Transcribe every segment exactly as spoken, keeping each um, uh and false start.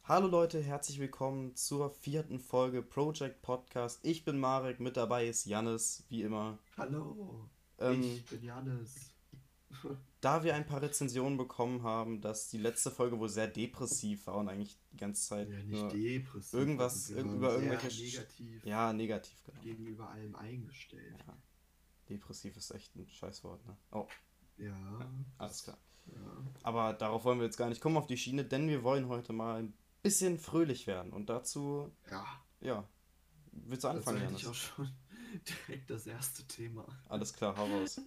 Hallo Leute, herzlich willkommen zur vierten Folge Project Podcast. Ich bin Marek, mit dabei ist Jannis, wie immer. Hallo, Ähm, ich bin Janis. Da wir ein paar Rezensionen bekommen haben, dass die letzte Folge wohl sehr depressiv war und eigentlich die ganze Zeit Ja, nicht nur depressiv, also irgendwas, wir irg waren über sehr irgendwelche... Sch negativ ja, negativ, genau. gegenüber allem eingestellt. Ja, depressiv ist echt ein Scheißwort, ne? Oh, ja, Ja, alles klar. das, ja. Aber darauf wollen wir jetzt gar nicht kommen auf die Schiene, denn wir wollen heute mal ein bisschen fröhlich werden. Und dazu, Ja, ja, willst du dazu anfangen, hätte ich Jannis? auch schon direkt das erste Thema. Alles klar, hau raus.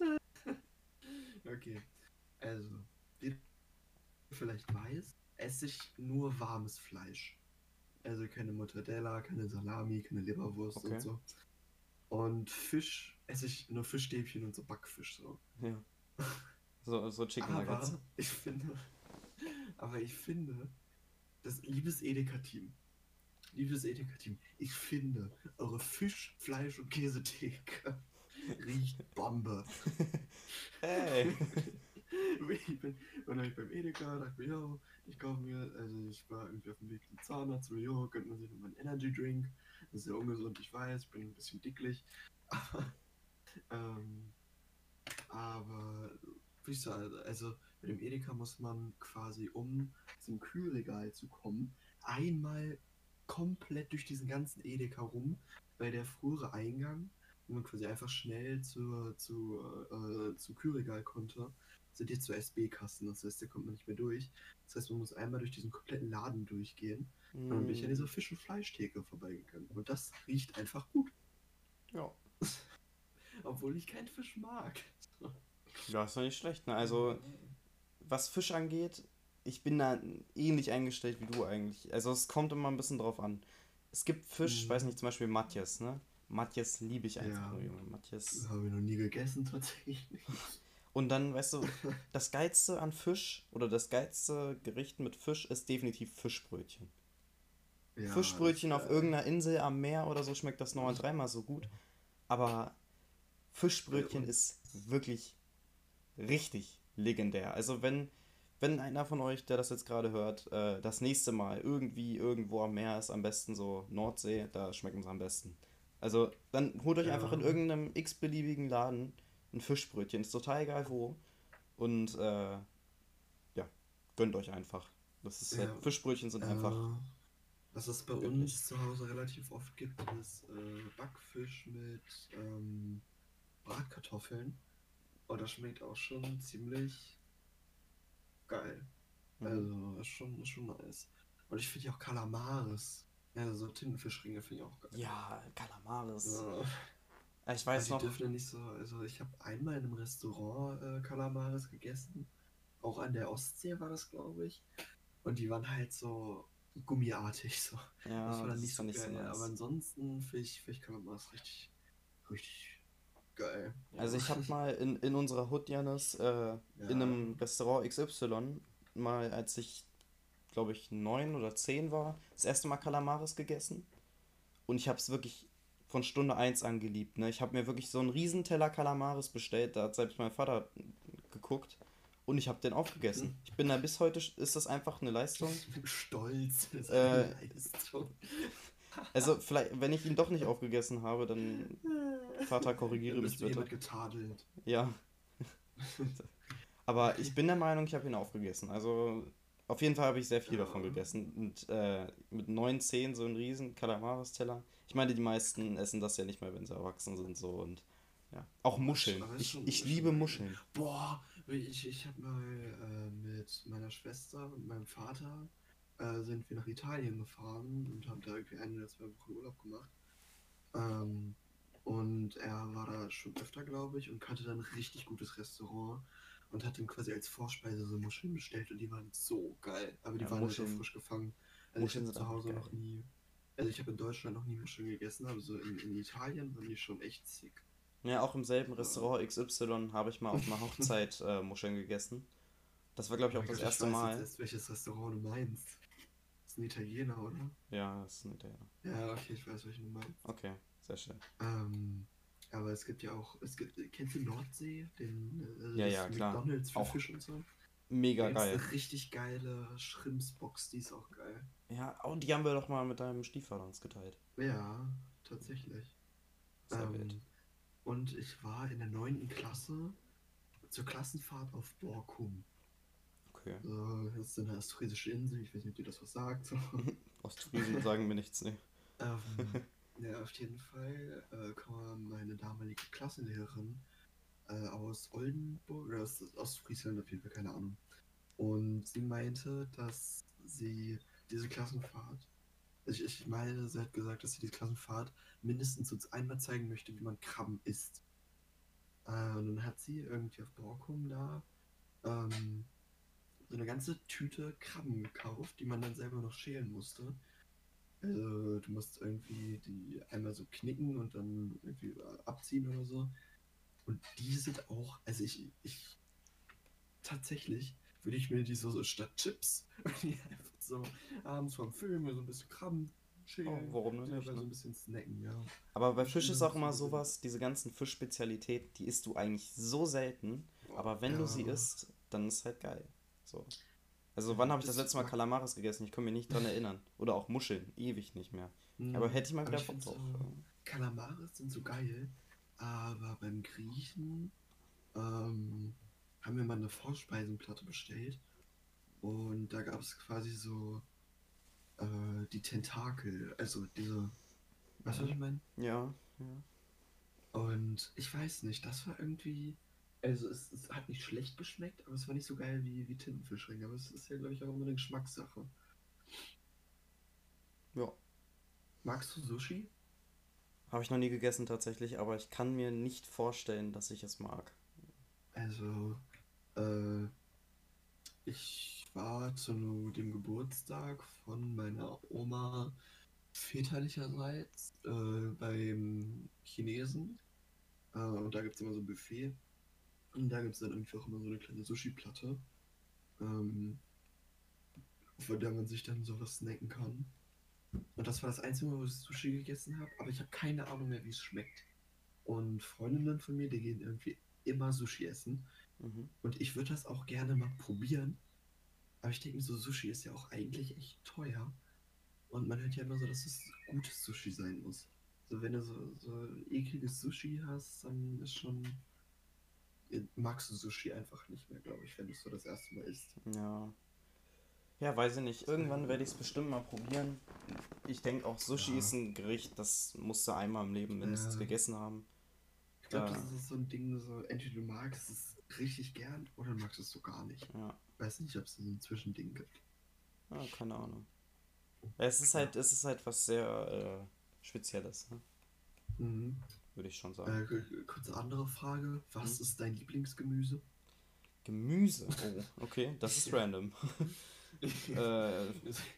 Okay, also, wie du vielleicht weißt, esse ich nur warmes Fleisch. Also keine Mortadella, keine Salami, keine Leberwurst und Okay. so. Und Fisch esse ich nur Fischstäbchen und so Backfisch so. Ja. So, so Chicken Nuggets. Aber ich finde, aber ich finde, das liebes Edeka-Team, liebes Edeka-Team, ich finde, eure Fisch, Fleisch und Käsetheke riecht Bombe. Hey! Ich bin, und dann ich beim Edeka, dachte mir, yo, ich kaufe mir, also ich war irgendwie auf dem Weg zum Zahnarzt, so, yo, gönnt man sich nochmal einen Energy Drink. Das ist ja ungesund, ich weiß, ich bin ein bisschen dicklich. Aber, ähm, aber wie ich sage, also mit dem Edeka muss man quasi, um zum Kühlregal zu kommen, einmal komplett durch diesen ganzen Edeka rum, weil der frühere Eingang, wo man quasi einfach schnell zur, zu, äh, zum Kühlregal konnte, sind jetzt so S B-Kassen. Das heißt, da kommt man nicht mehr durch. Das heißt, man muss einmal durch diesen kompletten Laden durchgehen. Und dann bin ich an Mm, dieser Fisch- und Fleischtheke vorbeigegangen. Und das riecht einfach gut. ja. Obwohl ich keinen Fisch mag. Ja, ist doch nicht schlecht, ne? Also, was Fisch angeht, ich bin da ähnlich eingestellt wie du eigentlich. Also, es kommt immer ein bisschen drauf an. Es gibt Fisch, weiß Mhm. nicht, zum Beispiel Matjes, ne? Matjes liebe ich einfach Ja, nur, Junge. Matjes. habe ich noch nie gegessen tatsächlich. Und dann, weißt du, das Geilste an Fisch oder das geilste Gericht mit Fisch ist definitiv Fischbrötchen. Ja, das ist Fischbrötchen auf geil. irgendeiner Insel am Meer oder so schmeckt das nochmal dreimal so gut. Aber Bei Fischbrötchen uns. ist wirklich richtig legendär. Also wenn, wenn einer von euch, der das jetzt gerade hört, äh, das nächste Mal irgendwie irgendwo am Meer ist, am besten so Nordsee, da schmecken es am besten. Also dann holt euch einfach in Ja, irgendeinem x-beliebigen Laden ein Fischbrötchen, ist total egal wo. Und äh, ja, gönnt euch einfach. Das ist halt, ja. Fischbrötchen sind einfach Äh, was es bei göttlich. uns zu Hause relativ oft gibt, ist äh, Backfisch mit ähm, Bratkartoffeln. Und das schmeckt auch schon ziemlich geil. Mhm. Also, ist schon, ist schon nice. Und ich finde ja auch Kalamares. Ja, so Tintenfischringe finde ich auch geil. Ja, Kalamaris. Ja. Äh, Ich Aber weiß die noch, dürfen ja nicht so. Also, ich habe einmal in einem Restaurant äh, Kalamares gegessen. Auch an der Ostsee war das, glaube ich. Und die waren halt so gummiartig. So. Das ja, war dann das nicht ist dann so nicht so geil. Aber nice. ansonsten finde ich, find ich Kalamares richtig, richtig geil. Also Ja. ich habe mal in, in unserer Hood, Janis, äh, in Ja. einem Restaurant X Y, mal als ich, glaube ich, neun oder zehn war, das erste Mal Kalamaris gegessen. Und ich habe es wirklich von Stunde eins an geliebt. Ne? Ich habe mir wirklich so einen riesen Teller Kalamaris bestellt, da hat selbst mein Vater geguckt. Und ich habe den aufgegessen. Ich bin da bis heute, ist das einfach eine Leistung. Stolz ist eine Äh, Leistung. also vielleicht, wenn ich ihn doch nicht aufgegessen habe, dann Vater, korrigiere Dann mich bist du bitte. jemand getadelt. Ja, aber ich bin der Meinung, ich habe ihn aufgegessen. Also auf jeden Fall habe ich sehr viel davon Ja. gegessen. Und äh, mit neun zehn so ein riesen Kalamaris-Teller. Ich meine, die meisten essen das ja nicht mehr, wenn sie erwachsen sind. So und ja. Auch Aber ist, Muscheln. aber ist Ich, schon, ich ist schon liebe geil. Muscheln. Boah, ich, ich habe mal äh, mit meiner Schwester und meinem Vater äh, sind wir nach Italien gefahren und haben da irgendwie eine oder zwei Wochen Urlaub gemacht. Ähm, und er war da schon öfter, glaube ich, und kannte dann ein richtig gutes Restaurant und hat dann quasi als Vorspeise so Muscheln bestellt und die waren so geil. Aber die Ja, waren halt auch Muscheln. frisch gefangen. Also ich Muscheln habe sind zu einfach Hause noch geil. nie, also ich habe in Deutschland noch nie Muscheln gegessen, aber so in, in Italien waren die schon echt sick. Ja, auch im selben Ja. Restaurant X Y habe ich mal auf einer Hochzeit äh, Muscheln gegessen. Das war, glaube Oh ich, auch mein das Gott, ich erste weiß jetzt Mal. erst, welches Restaurant du meinst. Das ist ein Italiener, oder? Ja, das ist ein Italiener. Ja, okay, ich weiß, welchen du meinst. Okay, sehr schön. Ähm, aber es gibt ja auch, es gibt, kennst du Nordsee, den, äh, also Ja, das ja, klar. McDonald's für Auch Fisch und so? Mega Da gibt es geil. eine richtig geile Shrimps-Box, die ist auch geil. Ja, und die haben wir doch mal mit deinem Stiefvater uns geteilt. Ja, tatsächlich. Sehr wild. Ähm, und ich war in der neunten Klasse zur Klassenfahrt auf Borkum. Okay. So, das ist eine ostfriesische Insel, ich weiß nicht, ob dir das was sagt. So. Ostfriesen sagen mir nichts, ne. Ähm, ja, auf jeden Fall äh, kam meine damalige Klassenlehrerin äh, aus Oldenburg, oder aus Ostfriesland, auf jeden Fall, keine Ahnung. Und sie meinte, dass sie diese Klassenfahrt, ich, ich meine, sie hat gesagt, dass sie diese Klassenfahrt mindestens uns einmal zeigen möchte, wie man Krabben isst. Äh, und dann hat sie irgendwie auf Borkum da ähm, so eine ganze Tüte Krabben gekauft, die man dann selber noch schälen musste. Also du musst irgendwie die einmal so knicken und dann irgendwie abziehen oder so. Und die sind auch, also ich, ich tatsächlich würde ich mir die so, so statt Chips die einfach so abends vorm Film mir so ein bisschen Krabben Oh, schälen, warum denn die nicht, dabei so ne? ein bisschen snacken, ja. Aber bei Ich Fisch bin ist dann auch so immer gesehen. sowas, diese ganzen Fischspezialitäten, die isst du eigentlich so selten, Boah, aber wenn du sie ja. isst, dann ist halt geil. So. Also wann Mhm. habe ich das Das letzte Mal mag. Kalamaris gegessen? Ich kann mich nicht dran erinnern. Oder auch Muscheln, ewig nicht mehr. Aber Mhm. hätte ich mal Aber wieder ich Bock finde drauf. so, Kalamaris sind so geil, aber beim Griechen ähm, haben wir mal eine Vorspeisenplatte bestellt und da gab es quasi so äh, die Tentakel, also diese, weißt du, was Mhm. ich meine? Ja, ja. Und ich weiß nicht, das war irgendwie, also es, es hat nicht schlecht geschmeckt, aber es war nicht so geil wie, wie Tintenfischring, aber es ist ja, glaube ich, auch immer eine Geschmackssache. Ja. Magst du Sushi? Habe ich noch nie gegessen tatsächlich, aber ich kann mir nicht vorstellen, dass ich es mag. Also, äh, ich war zu dem Geburtstag von meiner Oma väterlicherseits äh, beim Chinesen. Äh, und da gibt es immer so ein Buffet. Und da gibt es dann irgendwie auch immer so eine kleine Sushi-Platte, ähm, von der man sich dann sowas snacken kann. Und das war das einzige Mal, wo ich Sushi gegessen habe. Aber ich habe keine Ahnung mehr, wie es schmeckt. Und Freundinnen von mir, die gehen irgendwie immer Sushi essen. Mhm. Und ich würde das auch gerne mal probieren. Aber ich denke mir so, Sushi ist ja auch eigentlich echt teuer. Und man hört ja immer so, dass es gutes Sushi sein muss. So, wenn du so, so ekliges Sushi hast, dann ist schon. Magst du Sushi einfach nicht mehr, glaube ich, wenn du es so das erste Mal isst. Ja. Ja, weiß ich nicht. So, Irgendwann werde ich es bestimmt mal probieren. Ich denke auch, Sushi ja, ist ein Gericht, das musst du einmal im Leben mindestens äh, gegessen haben. ich glaube, Da, das ist so ein Ding, so entweder du magst es richtig gern oder du magst es so gar nicht. ja, Weiß nicht, ob es so ein Zwischending gibt. ja, keine Ahnung. Ja, es ist Ja. halt, es ist halt was sehr äh, Spezielles, ne? Mhm. Würde ich schon sagen. Äh, kurze andere Frage. Hm? Was ist dein Lieblingsgemüse? Gemüse. Oh, okay, das ist random. äh,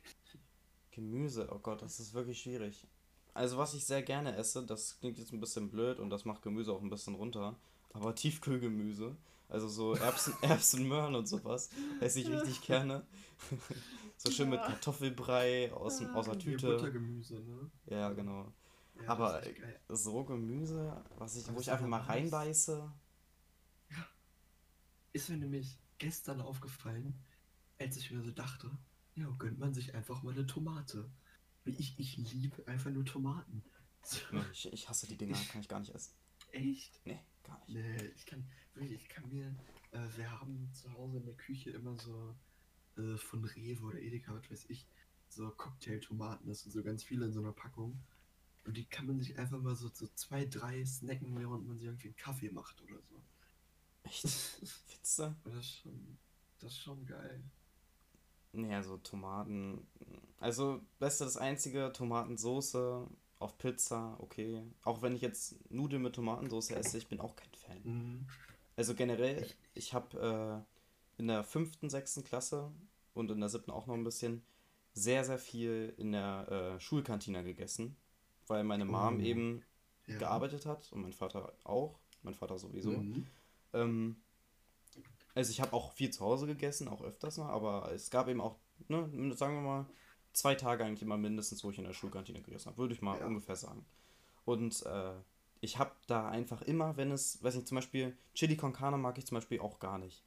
Gemüse, oh Gott, das ist wirklich schwierig. Also was ich sehr gerne esse, das klingt jetzt ein bisschen blöd und das macht Gemüse auch ein bisschen runter, aber Tiefkühlgemüse, also so Erbsen, Erbsen, Möhren und sowas, esse ich richtig gerne. So schön mit Ja. Kartoffelbrei aus, dem- aus Ah, der wie Tüte. Buttergemüse, ne? Ja, genau. Ja, das ist Aber echt geil. so Gemüse, was ich, Aber wo ich sag einfach mal, mal war das? reinbeiße. Ja, ist mir nämlich gestern aufgefallen, als ich mir so dachte, ja, gönnt man sich einfach mal eine Tomate. Ich, ich liebe einfach nur Tomaten. So, Nee, ich, ich hasse die Dinger, ich, kann ich gar nicht essen. echt? Nee, gar nicht. Nee, ich kann, wirklich, ich kann mir, äh, wir haben zu Hause in der Küche immer so äh, von Rewe oder Edeka, was weiß ich, so Cocktailtomaten, das sind so ganz viele in so einer Packung. Und die kann man sich einfach mal so, so zwei, drei snacken, während man sich irgendwie einen Kaffee macht oder so. Echt? Witze? Und das ist schon, das ist schon geil. Nee, also Tomaten. Also, weißt du, das einzige, Tomatensoße auf Pizza, okay. Auch wenn ich jetzt Nudeln mit Tomatensoße esse, ich bin auch kein Fan. Mhm. Also generell, Echt ich nicht. habe äh, in der fünften, sechsten Klasse und in der siebten auch noch ein bisschen sehr, sehr viel in der äh, Schulkantine gegessen, weil meine Mom Oh, eben ja. gearbeitet hat und mein Vater auch, mein Vater sowieso. Mhm. Ähm, also ich habe auch viel zu Hause gegessen, auch öfters mal, aber es gab eben auch, ne, sagen wir mal, zwei Tage eigentlich immer mindestens, wo ich in der Schulkantine gegessen habe, würde ich mal Ja. ungefähr sagen. Und äh, ich habe da einfach immer, wenn es, weiß nicht, zum Beispiel Chili con Carne mag ich zum Beispiel auch gar nicht.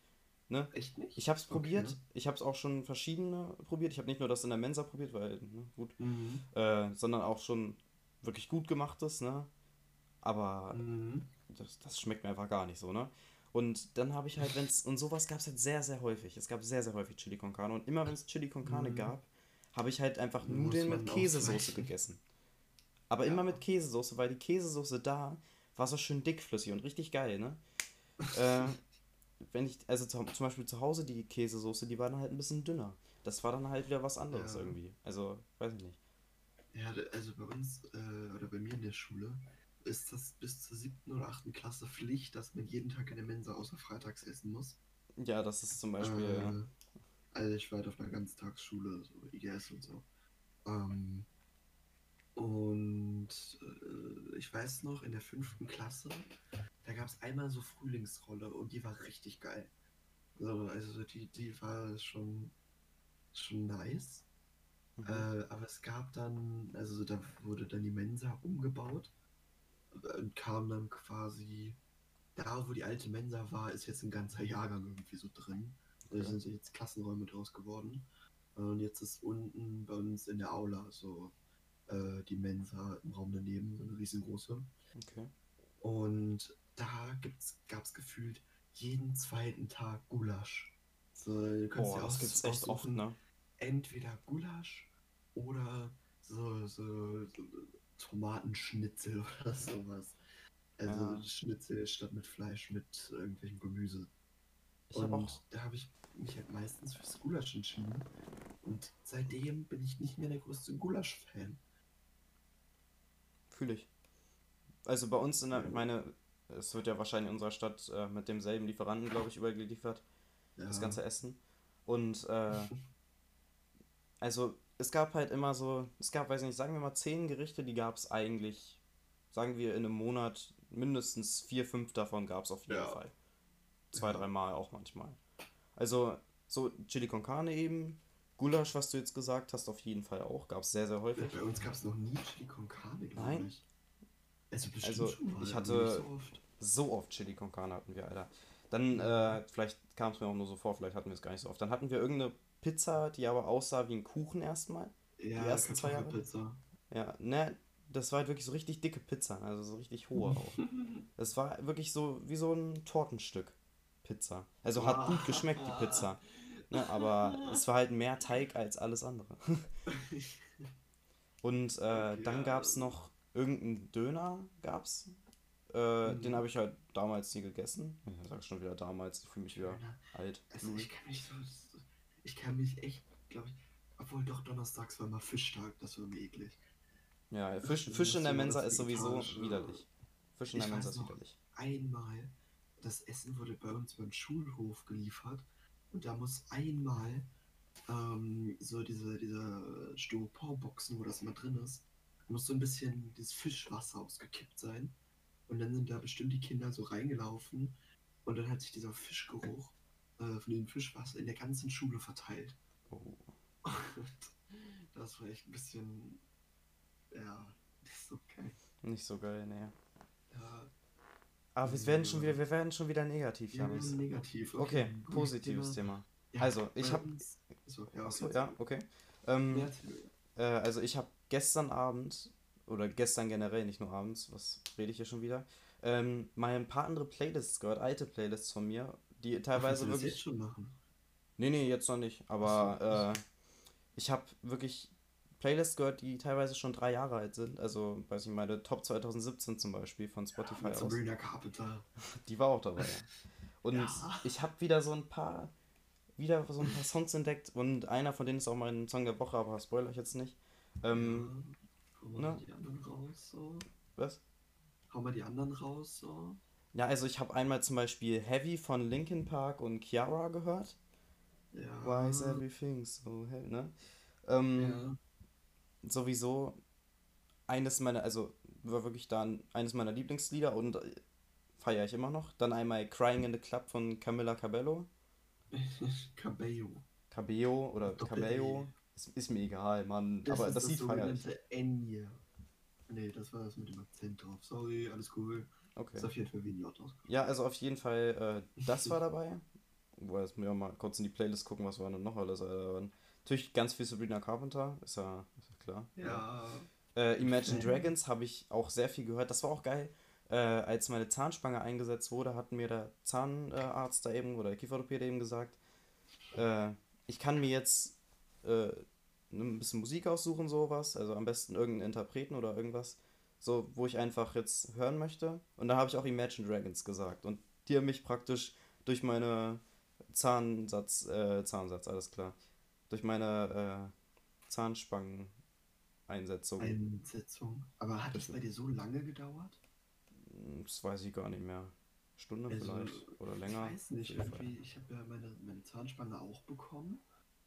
Ne? Echt Ich nicht? habe es Okay. probiert, ich habe es auch schon verschiedene probiert. Ich habe nicht nur das in der Mensa probiert, weil, ne, gut, Mhm. äh, sondern auch schon wirklich gut gemachtes, ne? Aber Mhm. das, das schmeckt mir einfach gar nicht so, ne? Und dann habe ich halt, wenn es, und sowas gab es halt sehr, sehr häufig. Es gab sehr, sehr häufig Chili con Carne. Und immer wenn es Chili con Carne Mhm. gab, habe ich halt einfach Muss Nudeln mit man Käsesoße ausweichen. gegessen. Aber immer mit Ja. Käsesoße, weil die Käsesoße da war so schön dickflüssig und richtig geil, ne? Äh, wenn ich, also zu, zum Beispiel zu Hause die Käsesoße, die war dann halt ein bisschen dünner. Das war dann halt wieder was anderes Ja. irgendwie. Also, weiß ich nicht. Ja, da- also bei uns äh, oder bei mir in der Schule ist das bis zur siebten oder achten Klasse Pflicht, dass man jeden Tag in der Mensa außer freitags essen muss. Ja, das ist zum Beispiel, Äh, also ich war halt auf einer Ganztagsschule, so I G S und so. Ähm, und äh, ich weiß noch, in der fünften Klasse, da gab es einmal so Frühlingsrolle und die war richtig geil. So, also die, die war schon, schon nice. Äh, mhm, aber es gab dann, also da wurde dann die Mensa umgebaut und kam dann quasi, da wo die alte Mensa war, ist jetzt ein ganzer Jahrgang irgendwie so drin. Da okay. sind so jetzt Klassenräume draus geworden. Und jetzt ist unten bei uns in der Aula so äh, die Mensa im Raum daneben, so eine riesengroße. Okay. Und da gab es gefühlt jeden zweiten Tag Gulasch. So, du kannst Boah, dir das aus, gibt's echt oft, aussuchen, ne? entweder Gulasch oder so, so, so Tomatenschnitzel oder sowas. Also Ja. Schnitzel statt mit Fleisch mit irgendwelchem Gemüse. Ich habe auch, Und da habe ich mich halt meistens fürs Gulasch entschieden. Und seitdem bin ich nicht mehr der größte Gulasch-Fan. fühle ich. Also bei uns in der, Ja. ich meine, es wird ja wahrscheinlich in unserer Stadt äh, mit demselben Lieferanten, glaube ich, übergeliefert, das Ja. ganze Essen. Und äh, also es gab halt immer so, es gab, weiß ich nicht, sagen wir mal zehn Gerichte, die gab es eigentlich, sagen wir in einem Monat, mindestens vier, fünf davon gab es auf jeden Ja. Fall. Zwei, Ja. dreimal auch manchmal. Also so Chili con Carne eben, Gulasch, was du jetzt gesagt hast, auf jeden Fall auch, gab es sehr, sehr häufig. Bei uns gab es noch nie Chili con Carne, glaube Nein, ich. Also bestimmt also schon ich mal, aber nicht so hatte oft. so oft Chili con Carne hatten wir, Alter. Dann, Mhm. äh, vielleicht kam es mir auch nur so vor, vielleicht hatten wir es gar nicht so oft. Dann hatten wir irgendeine Pizza, die aber aussah wie ein Kuchen erstmal. Die Ja, ersten zwei Jahre. Kartoffelpizza. Ja, ne, das war halt wirklich so richtig dicke Pizza, also so richtig hohe auch. Es war wirklich so wie so ein Tortenstück Pizza. Also hat gut geschmeckt, die Ah. Pizza. Ne, aber es war halt mehr Teig als alles andere. Und äh, Okay, dann ja. gab es noch irgendeinen Döner, gab's. Äh, den Mhm. habe ich halt damals nie gegessen. Ich sag schon wieder damals, ich fühle mich wieder Döner. alt. Also Lul. ich kann mich so, so ich kann mich echt, glaube ich, obwohl doch donnerstags war mal Fischtag, das war mir eklig. Ja, Das, Fisch, Fisch in das der so Mensa das ist sowieso Vegetarische. widerlich. Fisch in der Ich Mensa weiß ist noch widerlich. einmal, das Essen wurde bei uns beim Schulhof geliefert und da muss einmal ähm, so diese, diese Styroporboxen, wo das immer drin ist, muss so ein bisschen dieses Fischwasser ausgekippt sein. Und dann sind da bestimmt die Kinder so reingelaufen und dann hat sich dieser Fischgeruch äh, von dem Fischwasser in der ganzen Schule verteilt. Oh, Und das war echt ein bisschen, ja, nicht so geil. nicht so geil, nee. Ja, Aber wir werden schon wieder, äh, wir werden schon wieder negativ, wir Janis. werden negativ. Okay, Okay, gutes positives Thema. Thema. Ja, Also, ich bei habe, uns. So, ja, okay, achso, erzähl ja, du. okay. Nee, Ähm, erzähl du. äh, also ich habe gestern Abend, oder gestern generell, nicht nur abends, was rede ich hier schon wieder, ähm, mal ein paar andere Playlists gehört, alte Playlists von mir, die Ach, willst du teilweise das jetzt wirklich, schon machen? nee, nee, jetzt noch nicht, Achso. aber äh, ich habe wirklich Playlists gehört, die teilweise schon drei Jahre alt sind, also, weiß ich, meine Top zwanzig siebzehn zum Beispiel von Ja, Spotify mit aus, Sabrina Carpenter. die war auch dabei, ja. Und Ja. ich habe wieder so ein paar, wieder so ein paar Songs entdeckt und einer von denen ist auch mein Song der Woche, aber spoiler ich jetzt nicht. Ähm, Ja. Hau mal ne, die anderen raus, so. was? Hau mal die anderen raus, so. Ja, also ich habe einmal zum Beispiel Heavy von Linkin Park und Ciara gehört. Why is Ja. everything so heavy, ne? Ähm, Ja. sowieso eines meiner, also war wirklich dann eines meiner Lieblingslieder und äh, feiere ich immer noch. Dann einmal Crying in the Club von Camila Cabello. Cabello. Cabello oder Mit Doppel-E. Cabello. Ist, ist mir egal, Mann. Das Aber ist das das Lied feiere ich. sogenannte Enya. Nee, das war das mit dem Akzent drauf. Sorry, alles cool. Okay. Ist auf jeden Fall wie ein J ausgesprochen. Ja, also auf jeden Fall, äh, das war dabei. wo jetzt mir mal kurz in die Playlist gucken, was war denn noch alles. Äh, natürlich ganz viel Sabrina Carpenter, ist ja, ist ja klar. Ne? Ja, Äh, Big Imagine Fan. Dragons habe ich auch sehr viel gehört. Das war auch geil. Äh, als meine Zahnspange eingesetzt wurde, hat mir der Zahnarzt da eben oder der Kieferorthopäde eben gesagt, äh, ich kann mir jetzt äh, ein bisschen Musik aussuchen, sowas. Also am besten irgendeinen Interpreten oder irgendwas, so, wo ich einfach jetzt hören möchte. Und da habe ich auch Imagine Dragons gesagt. Und die haben mich praktisch durch meine Zahnsatz, äh, Zahnsatz, alles klar. Durch meine äh, Zahnspangeneinsetzung Einsetzung. Aber hat das bei dir so lange gedauert? Das weiß ich gar nicht mehr. Stunde Also, vielleicht oder ich länger. weiß Auf nicht, jeden Fall. irgendwie, ich habe ja meine, meine Zahnspange auch bekommen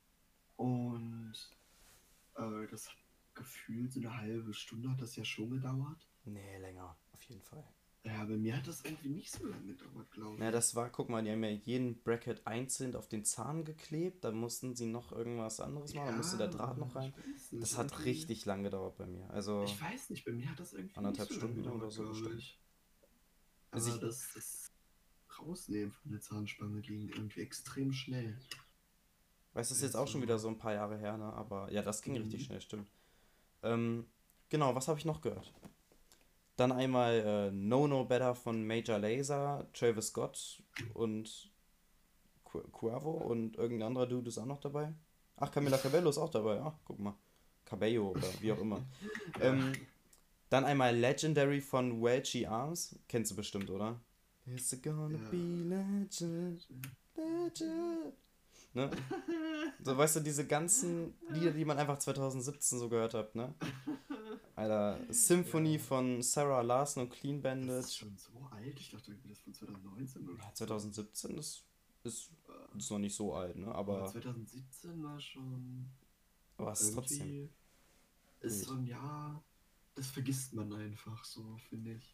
und äh, das hat gefühlt so eine halbe Stunde hat das ja schon gedauert. Nee, länger. Auf jeden Fall. Ja, bei mir hat das irgendwie nicht so lange gedauert, glaube Na, ich. das war, guck mal, die haben ja jeden Bracket einzeln auf den Zahn geklebt. Da mussten sie noch irgendwas anderes machen. Da musste der Ja, Draht noch ich rein. weiß nicht, Das hat irgendwie. richtig lang gedauert bei mir. Also Ich weiß nicht, bei mir hat das irgendwie nicht anderthalb so lange Stunden oder gedauert, so glaube bestimmt. ich. Also Aber ich das, das Rausnehmen von der Zahnspange ging irgendwie extrem schnell. weiß, das ist jetzt auch schon wieder Also, so ein paar Jahre her, ne? Aber ja, das ging richtig mhm. schnell, stimmt. Ähm, genau, was habe ich noch gehört? Dann einmal äh, No No Better von Major Lazer, Travis Scott und Qu- Quavo und irgendein anderer Dude ist auch noch dabei. Ach, Camila Cabello ist auch dabei. Ach, guck mal. Cabello oder wie auch immer. Ja. Ähm, dann einmal Legendary von Welchi Arms. Kennst du bestimmt, oder? It's gonna Ja. be legend, legend. Ne? So, weißt du, diese ganzen Lieder, die man einfach zwanzig siebzehn so gehört hat, ne? Alter, Symphony Ja. von Sarah Larson und Clean Das ist Bandit. schon so alt. Ich dachte irgendwie, das von zwanzig neunzehn oder Ja, so. zwanzig siebzehn ist, ist, Äh, ist noch nicht so alt, ne? Aber Aber, zwanzig siebzehn war schon aber es ist trotzdem irgendwie, ist so wild. ein Jahr, das vergisst man einfach so, finde ich.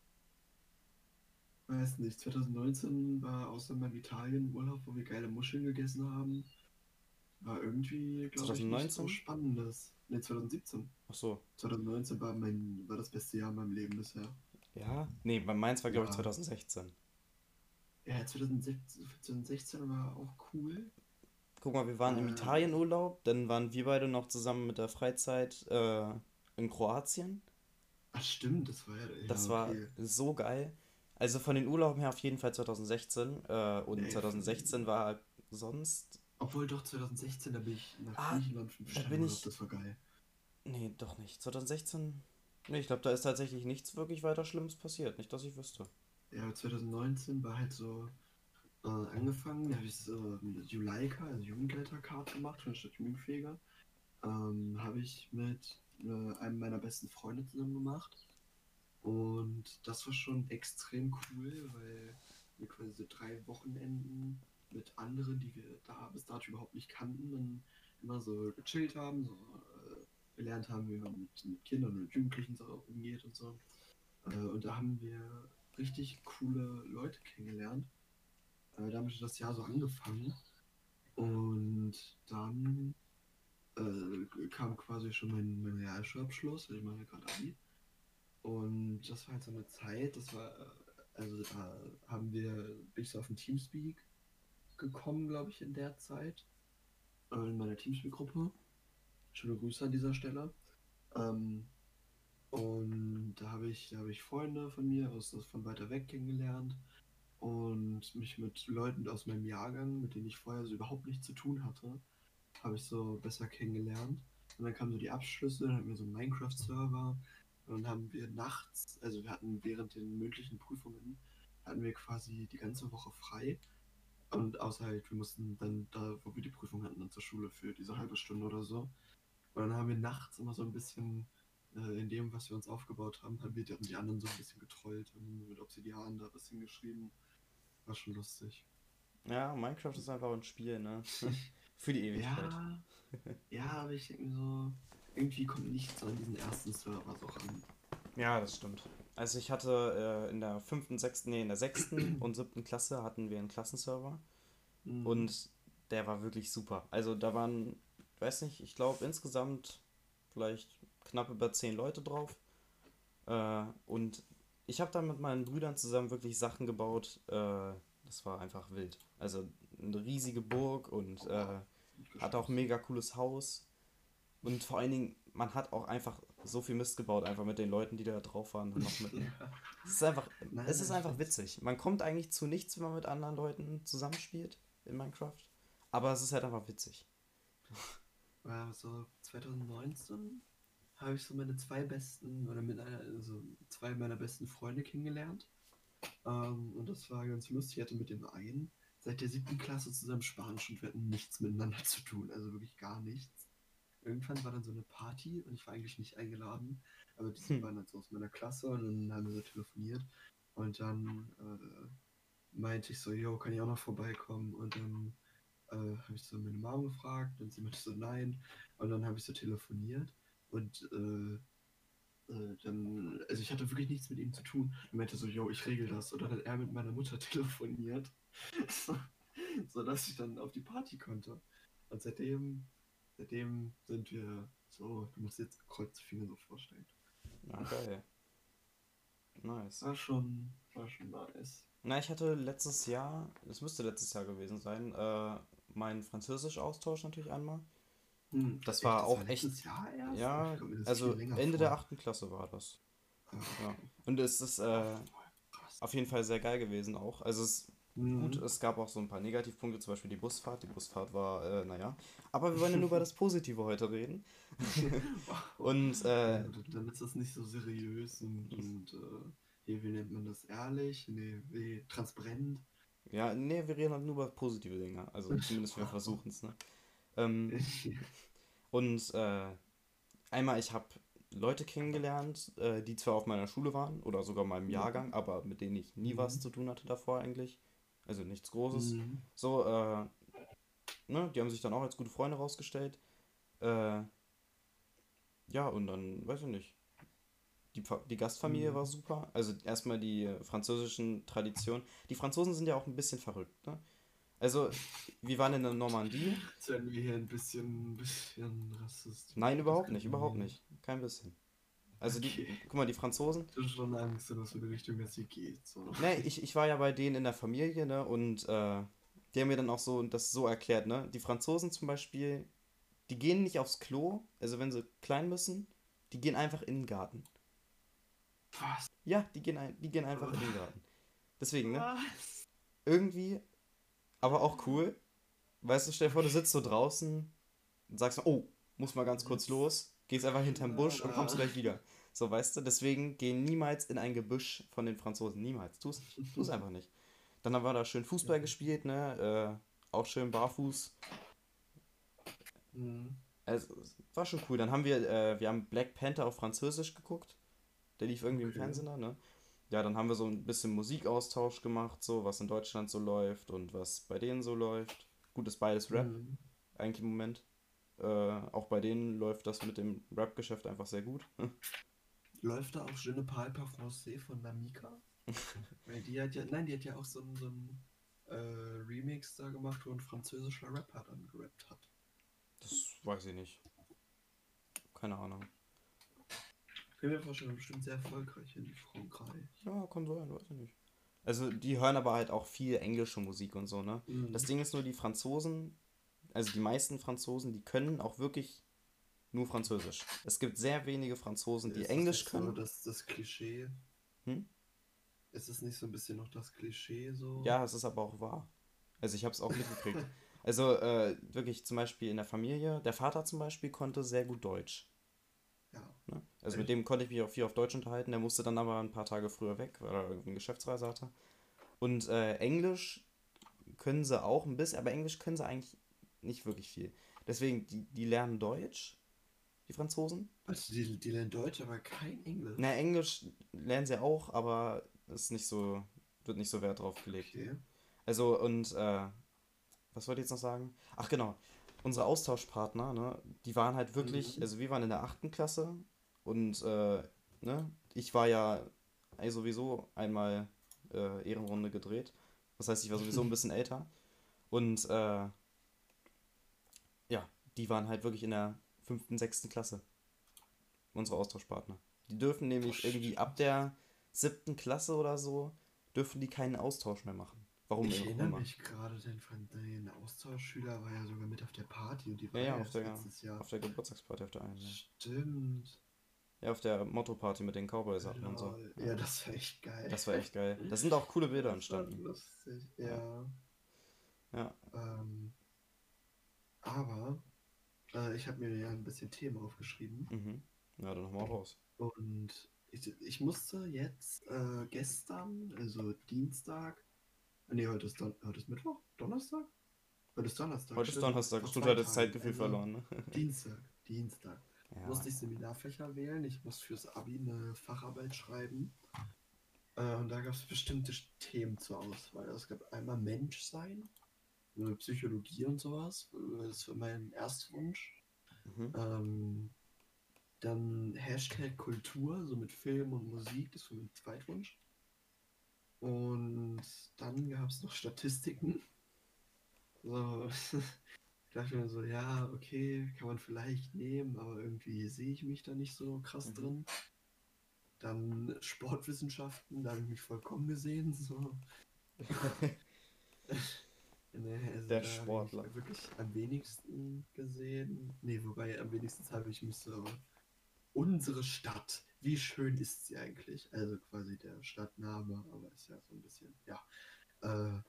Weiß nicht, zwanzig neunzehn war außer meinem Italien-Urlaub, wo wir geile Muscheln gegessen haben, war irgendwie, glaube ich, nicht so zwanzig neunzehn? spannendes. Ne, zwanzig siebzehn. Ach so. zwanzig neunzehn war mein, war das beste Jahr in meinem Leben bisher. Ja? Nee, bei meins war, glaube ich, Ja. zwanzig sechzehn. Ja, zwanzig siebzehn, zwanzig sechzehn war auch cool. Guck mal, wir waren im Äh, Italienurlaub, dann waren wir beide noch zusammen mit der Freizeit äh, in Kroatien. ach stimmt, das war ja, ja, Das war okay. so geil. Also von den Urlauben her auf jeden Fall zwanzig sechzehn. Äh, und Nee, zwanzig von, sechzehn war sonst. obwohl doch zwanzig sechzehn, da bin ich nach Ah, Griechenland fünf da Sterne bin Urlaub, ich. das war geil. Nee, doch nicht. zwanzig sechzehn. Nee, ich glaube, da ist tatsächlich nichts wirklich weiter Schlimmes passiert. Nicht, dass ich wüsste. Ja, zwanzig neunzehn war halt so äh, angefangen, da habe ich so mit Juleika, also Jugendleitercard gemacht von der Stadt Jugendpfleger. Ähm, habe ich mit äh, einem meiner besten Freunde zusammen gemacht. Und das war schon extrem cool, weil wir quasi so drei Wochenenden mit anderen, die wir da bis dato überhaupt nicht kannten, dann immer so gechillt haben, so äh, gelernt haben, wie man mit, mit Kindern und Jugendlichen so umgeht und so. Äh, und da haben wir richtig coole Leute kennengelernt. Äh, damit hat das Jahr so angefangen. Und dann äh, kam quasi schon mein, mein Realschulabschluss, ich mache ja gerade Abi. Und das war halt so eine Zeit, das war, äh, also da haben wir, bin ich so auf den Teamspeak gekommen, glaube ich, in der Zeit, äh, in meiner Teamspeak-Gruppe. Schöne Grüße an dieser Stelle. Ähm, und da habe ich, da habe ich Freunde von mir aus, aus von weiter weg kennengelernt und mich mit Leuten aus meinem Jahrgang, mit denen ich vorher so überhaupt nichts zu tun hatte, habe ich so besser kennengelernt. Und dann kamen so die Abschlüsse, dann hatten wir so einen Minecraft-Server. Und dann haben wir nachts, also wir hatten während den mündlichen Prüfungen, hatten wir quasi die ganze Woche frei. Und außer halt, wir mussten dann da, wo wir die Prüfung hatten, dann zur Schule für diese halbe Stunde oder so. Und dann haben wir nachts immer so ein bisschen, äh, in dem, was wir uns aufgebaut haben, haben wir die, die anderen so ein bisschen getrollt und mit Obsidian da was hingeschrieben. War schon lustig. Ja, Minecraft ist einfach ein Spiel, ne? Für die Ewigkeit. Ja, ja, aber ich denke mir so, irgendwie kommt nichts an diesen ersten Server so ran. Ja, das stimmt. Also ich hatte äh, in der fünften, sechsten, nee, in der sechsten und siebten Klasse hatten wir einen Klassenserver Mhm. und der war wirklich super. Also da waren, weiß nicht, ich glaube insgesamt vielleicht knapp über zehn Leute drauf. Äh, und ich habe da mit meinen Brüdern zusammen wirklich Sachen gebaut. Äh, das war einfach wild. Also eine riesige Burg und Oh, äh, gut hat auch ein geschossen. mega cooles Haus. Und vor allen Dingen, man hat auch einfach so viel Mist gebaut, einfach mit den Leuten, die da drauf waren, dann noch mit einem. Ja. Es ist einfach, es Nein, ist ich einfach find's. witzig. Man kommt eigentlich zu nichts, wenn man mit anderen Leuten zusammenspielt in Minecraft. Aber es ist halt einfach witzig. War so zwanzig neunzehn habe ich so meine zwei besten oder mit einer, also zwei meiner besten Freunde kennengelernt. Ähm, und das war ganz lustig. Ich hatte mit dem einen seit der siebten Klasse zusammen Spanisch und wir hatten nichts miteinander zu tun, also wirklich gar nichts. Irgendwann war dann so eine Party und ich war eigentlich nicht eingeladen, aber die Hm. waren halt so aus meiner Klasse und dann haben wir so telefoniert und dann äh, meinte ich so, yo, kann ich auch noch vorbeikommen? Und dann äh, habe ich so meine Mom gefragt und sie meinte so, nein. Und dann habe ich so telefoniert und äh, äh, dann, also ich hatte wirklich nichts mit ihm zu tun. Er meinte so, yo, ich regel das. Und dann hat er mit meiner Mutter telefoniert, so, so dass ich dann auf die Party konnte. Und seitdem, seitdem sind wir so, du musst jetzt Kreuzfinger so vorstellen. Ja, geil. Nice. War schon, war schon nice. Na, ich hatte letztes Jahr, es müsste letztes Jahr gewesen sein, äh, meinen Französisch-Austausch natürlich einmal. Hm, Das echt, war das war auch echt, letztes Jahr erst? Oh, ich ja, komme mir das viel also länger Ende der vor. achten Klasse war das. Ah, Ja. okay. Und es ist Oh, äh, voll krass. auf jeden Fall sehr geil gewesen auch. Also es ist gut, Mhm. es gab auch so ein paar Negativpunkte, zum Beispiel die Busfahrt. Die Busfahrt war, äh, naja. Aber wir wollen ja nur über das Positive heute reden. Wow. Und Ja, äh, dann dann ist das nicht so seriös und, und äh, hier, wie nennt man das? Ehrlich? Nee, wie transparent? ja, nee, wir reden halt nur über positive Dinge. Also zumindest wir Wow. versuchen es, ne? Ähm, und äh, einmal, ich habe Leute kennengelernt, äh, die zwar auf meiner Schule waren oder sogar in meinem Jahrgang, aber mit denen ich nie was Mhm. zu tun hatte davor eigentlich. Also nichts Großes. Mhm. So, äh, ne, die haben sich dann auch als gute Freunde rausgestellt. Äh, ja, und dann, weiß ich nicht. Die, Pfa- die Gastfamilie war Mhm. super. Also erstmal die äh, französischen Traditionen. Die Franzosen sind ja auch ein bisschen verrückt, ne? Also, wir waren in der Normandie. Jetzt werden wir hier ein bisschen, ein bisschen Nein, rassistisch überhaupt nicht, überhaupt diskriminiert. nicht. Kein bisschen. Also die, Okay. guck mal, die Franzosen. Ich hatte schon Angst, in was für eine Richtung das hier geht. So. Ne, ich, ich war ja bei denen in der Familie, ne? Und äh, die haben mir dann auch so das so erklärt, ne? Die Franzosen zum Beispiel, die gehen nicht aufs Klo, also wenn sie klein müssen, die gehen einfach in den Garten. Was? Ja, die gehen, ein, die gehen einfach in den Garten. Deswegen, ne? Was? Irgendwie, aber auch cool. Weißt du, stell dir vor, du sitzt so draußen und sagst, oh, muss mal ganz kurz Jetzt. los, gehst einfach hinterm Busch und kommst Ah. gleich wieder. So, weißt du, deswegen geh niemals in ein Gebüsch von den Franzosen. Niemals. Tu's nicht. Tu's einfach nicht. Dann haben wir da schön Fußball gespielt, ne? Äh, auch schön barfuß. Mhm. Also, es war schon cool. Dann haben wir, äh, wir haben Black Panther auf Französisch geguckt. Der lief irgendwie im Okay. Fernsehen da, ne? Ja, dann haben wir so ein bisschen Musikaustausch gemacht, so was in Deutschland so läuft und was bei denen so läuft. Gut, ist beides Rap, Mhm. eigentlich im Moment. Äh, auch bei denen läuft das mit dem Rap-Geschäft einfach sehr gut. Läuft da auch Je ne parle pas français von Namika? Weil die hat ja, nein, die hat ja auch so einen, so einen äh, Remix da gemacht, wo ein französischer Rapper dann gerappt hat. Das weiß ich nicht. Keine Ahnung. Ich kann mir vorstellen, bestimmt sehr erfolgreich in Frankreich. Ja, kann sein, weiß ich nicht. Also, die hören aber halt auch viel englische Musik und so, ne? Das Mhm. Ding ist nur, die Franzosen, also die meisten Franzosen, die können auch wirklich nur Französisch. Es gibt sehr wenige Franzosen, die Ist das Englisch nicht so, können. dass das Klischee, Hm? ist es nicht so ein bisschen noch das Klischee so? Ja, es ist aber auch wahr. Also ich habe es auch mitgekriegt. Also äh, wirklich zum Beispiel in der Familie, der Vater zum Beispiel konnte sehr gut Deutsch. Ja, Ne? Also mit echt? dem konnte ich mich auch viel auf Deutsch unterhalten. Der musste dann aber ein paar Tage früher weg, weil er irgendwie eine Geschäftsreise hatte. Und äh, Englisch können sie auch ein bisschen, aber Englisch können sie eigentlich nicht wirklich viel. Deswegen, die, die lernen Deutsch, die Franzosen. Also die, die lernen Deutsch, aber kein Na, Englisch. Englisch lernen sie auch, aber ist nicht so, wird nicht so Wert drauf gelegt. Okay. Also, und äh, was wollte ich jetzt noch sagen? Ach genau, unsere Austauschpartner, ne, die waren halt wirklich, Mhm. also wir waren in der achten Klasse und äh, ne, ich war ja ey, sowieso einmal äh, Ehrenrunde gedreht. Das heißt, ich war sowieso ein bisschen älter. Und äh, ja, die waren halt wirklich in der fünften, sechsten Klasse, unsere Austauschpartner. Die dürfen Boah, nämlich irgendwie ab stimmt. der siebten Klasse oder so, dürfen die keinen Austausch mehr machen. Warum Ich auch erinnere immer. mich gerade, denn von den Austauschschüler war ja sogar mit auf der Party und die Ja, war ja, ja auf erst der, letztes Jahr. auf der Geburtstagsparty auf der einen, ja. Stimmt. Ja, auf der Motto-Party mit den Cowboy-Sachen und so. Lol. Ja, Ja, das war echt geil. das war echt geil. Da sind auch coole Bilder Das war entstanden. lustig. Ja, Ja. ja. Ähm, aber äh, ich habe mir ja ein bisschen Themen aufgeschrieben. Mhm. Ja, dann nochmal raus. Und ich, ich musste jetzt äh, gestern, also Dienstag, ah, nee, heute ist, Don heute ist Mittwoch? Donnerstag? Heute ist Donnerstag, Heute ist stimmt. Donnerstag, Vor stimmt, zwei heute das Tagen, Zeitgefühl also verloren, ne? Dienstag, Dienstag. Ja. Musste ich Seminarfächer wählen. Ich muss fürs Abi eine Facharbeit schreiben. Äh, und da gab es bestimmte Themen zur Auswahl. Es gab einmal Menschsein, äh, Psychologie und sowas. Äh, Das war mein Erstwunsch. Mhm. Ähm, dann Hashtag Kultur, so mit Film und Musik, das war mein Zweitwunsch. Und dann gab es noch Statistiken. So, ich dachte mir so, ja, okay, kann man vielleicht nehmen, aber irgendwie sehe ich mich da nicht so krass Mhm. drin. Dann Sportwissenschaften, da habe ich mich vollkommen gesehen. So. Nee, also Der da habe ich mich Sportler. wirklich am wenigsten gesehen. Nee, wobei am wenigsten habe ich mich so. Unsere Stadt, wie schön ist sie eigentlich? Also quasi der Stadtname, aber ist ja so ein bisschen, ja. Äh,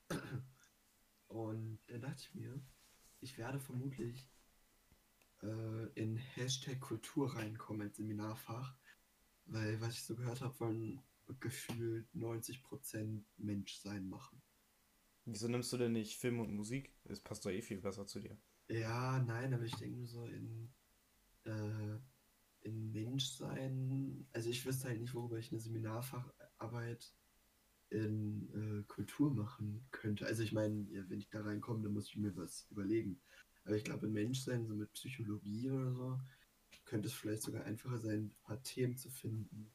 und dann dachte ich mir, ich werde vermutlich äh, in Hashtag Kultur reinkommen als Seminarfach, weil was ich so gehört habe, wollen gefühlt neunzig Prozent Menschsein machen. Wieso nimmst du denn nicht Film und Musik? Es passt doch eh viel besser zu dir. Ja, nein, aber ich denke mir so in, äh, in Menschsein, also ich wüsste halt nicht, worüber ich eine Seminarfacharbeit in äh, Kultur machen könnte. Also ich meine, ja, wenn ich da reinkomme, dann muss ich mir was überlegen. Aber ich glaube, in Menschsein, so mit Psychologie oder so, könnte es vielleicht sogar einfacher sein, ein paar Themen zu finden.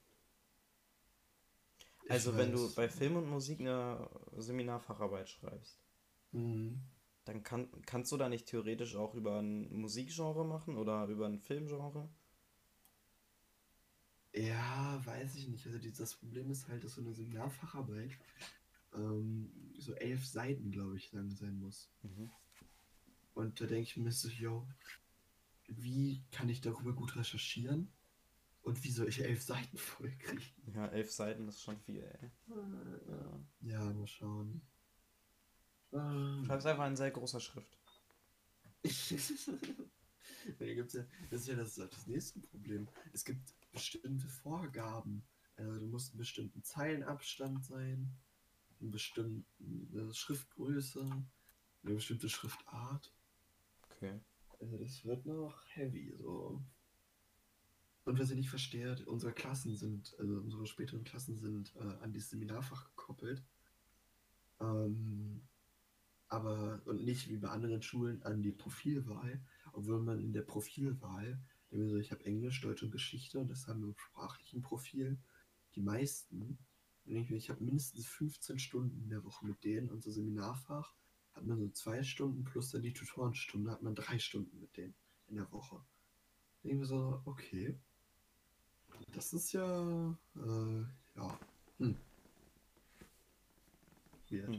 Ich Also, wenn du weiß. bei Film und Musik eine Seminarfacharbeit schreibst, Hm. dann kann, kannst du da nicht theoretisch auch über ein Musikgenre machen oder über ein Filmgenre? Ja, weiß ich nicht. Also dieses Problem ist halt, dass so eine Seminarfacharbeit ähm, so elf Seiten, glaube ich, lang sein muss. Mhm. Und da denke ich mir so, yo, wie kann ich darüber gut recherchieren? Und wie soll ich elf Seiten voll kriegen? Ja, elf Seiten ist schon viel, ey. Äh, Ja. Ja, mal schauen. Schreib's Ähm, einfach in sehr großer Schrift. Da gibt's ja, das ist ja das, das nächste Problem. Es gibt bestimmte Vorgaben. Also du musst einen bestimmten Zeilenabstand sein, eine bestimmte Schriftgröße, eine bestimmte Schriftart. Okay. Also das wird noch heavy so. Und was ich nicht verstehe, unsere Klassen sind, also unsere späteren Klassen sind äh, an dieses Seminarfach gekoppelt. Ähm, aber, und nicht wie bei anderen Schulen an die Profilwahl, obwohl man in der Profilwahl, also ich habe Englisch, Deutsch und Geschichte und das haben wir im sprachlichen Profil die meisten. Und ich, ich habe mindestens fünfzehn Stunden in der Woche mit denen. Unser Seminarfach hat man so zwei Stunden plus dann die Tutorenstunde, hat man drei Stunden mit denen in der Woche. Da denke ich mir so, okay, das ist ja, äh, ja, hm, weird. Hm.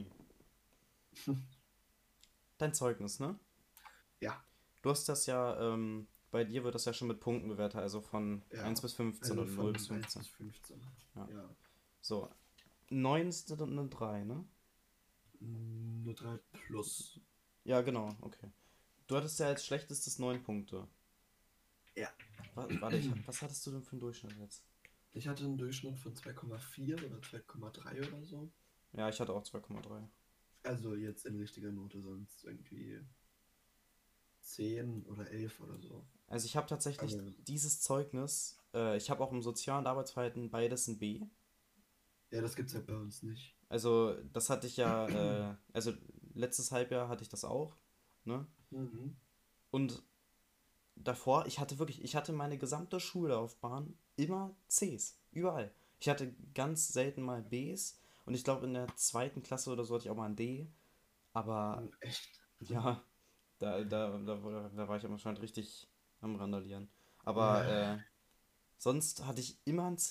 Dein Zeugnis, ne? Ja, Du hast das ja, ähm, bei dir wird das ja schon mit Punkten bewertet, also von eins ja, bis fünfzehn also oder null bis von eins fünfzehn. bis fünfzehn. Ja. Ja. So, neun ist eine drei, ne? Eine drei plus. Ja, genau, okay. Du hattest ja als schlechtestes neun Punkte. Ja. Wa- Warte, ich, was hattest du denn für einen Durchschnitt jetzt? Ich hatte einen Durchschnitt von zwei Komma vier oder zwei Komma drei oder so. Ja, ich hatte auch zwei Komma drei. Also jetzt in richtiger Note, sonst irgendwie zehn oder elf oder so. Also ich habe tatsächlich Aber dieses Zeugnis, äh, ich habe auch im Sozial- und Arbeitsverhalten beides ein B. ja, das gibt's halt bei uns nicht. Also das hatte ich ja, äh, also letztes Halbjahr hatte ich das auch, ne? Mhm. Und davor, ich hatte wirklich, ich hatte meine gesamte Schullaufbahn immer Cs, überall. Ich hatte ganz selten mal Bs und ich glaube in der zweiten Klasse oder so hatte ich auch mal ein D, aber Mhm, echt. ja, da, da, da, war- da war ich immer schon richtig am Randalieren. Aber Ja. äh, sonst hatte ich immer ein C.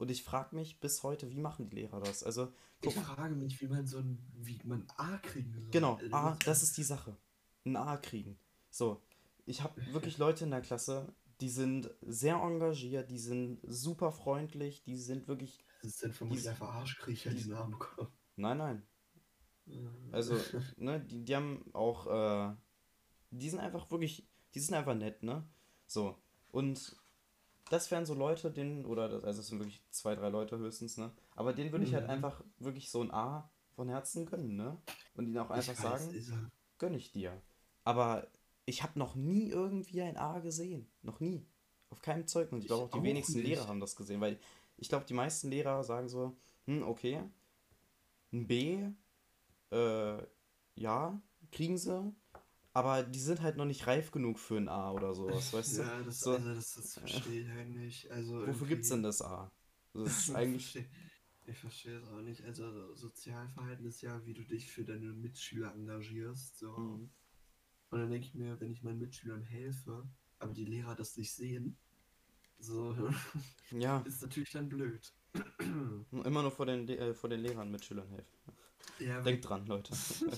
Und ich frage mich bis heute, wie machen die Lehrer das? Also, guck Ich mal, frage mich, wie man so ein, wie man A kriegen soll. genau, Also A, das, das ist die Sache. Ein A kriegen. So, ich habe wirklich Leute in der Klasse, die sind sehr engagiert, die sind super freundlich, die sind wirklich, das sind die, vermutlich einfach Arschkriecher, die die, Namen bekommen. nein, nein. Also, ne, die, die haben auch, äh, die sind einfach wirklich, die sind einfach nett, ne? So, und das wären so Leute, denen, oder das, also es sind wirklich zwei, drei Leute höchstens, ne? Aber denen würde ich halt Mhm. einfach wirklich so ein A von Herzen gönnen, ne? Und ihnen auch einfach Ich weiß, sagen, ist er. gönn ich dir. Aber ich habe noch nie irgendwie ein A gesehen. Noch nie. Auf keinem Zeugnis. Ich glaube Ich auch die auch wenigsten Lehrer nicht. haben das gesehen, weil ich glaube, die meisten Lehrer sagen so, hm, okay, ein B, äh, ja, kriegen sie, aber die sind halt noch nicht reif genug für ein A oder sowas, weißt du? Ja, das, So, also das, das äh, verstehe ich halt nicht. Also wofür gibt's irgendwie, denn das A? Das ist ich eigentlich, verstehe, ich verstehe es auch nicht. Also Sozialverhalten ist ja, wie du dich für deine Mitschüler engagierst. So. hm, Und dann denke ich mir, wenn ich meinen Mitschülern helfe, aber die Lehrer das nicht sehen, so ja, ist natürlich dann blöd. immer nur vor den, Le- äh, vor den Lehrern Mitschülern helfen. Ja, weil. Denkt dran, Leute.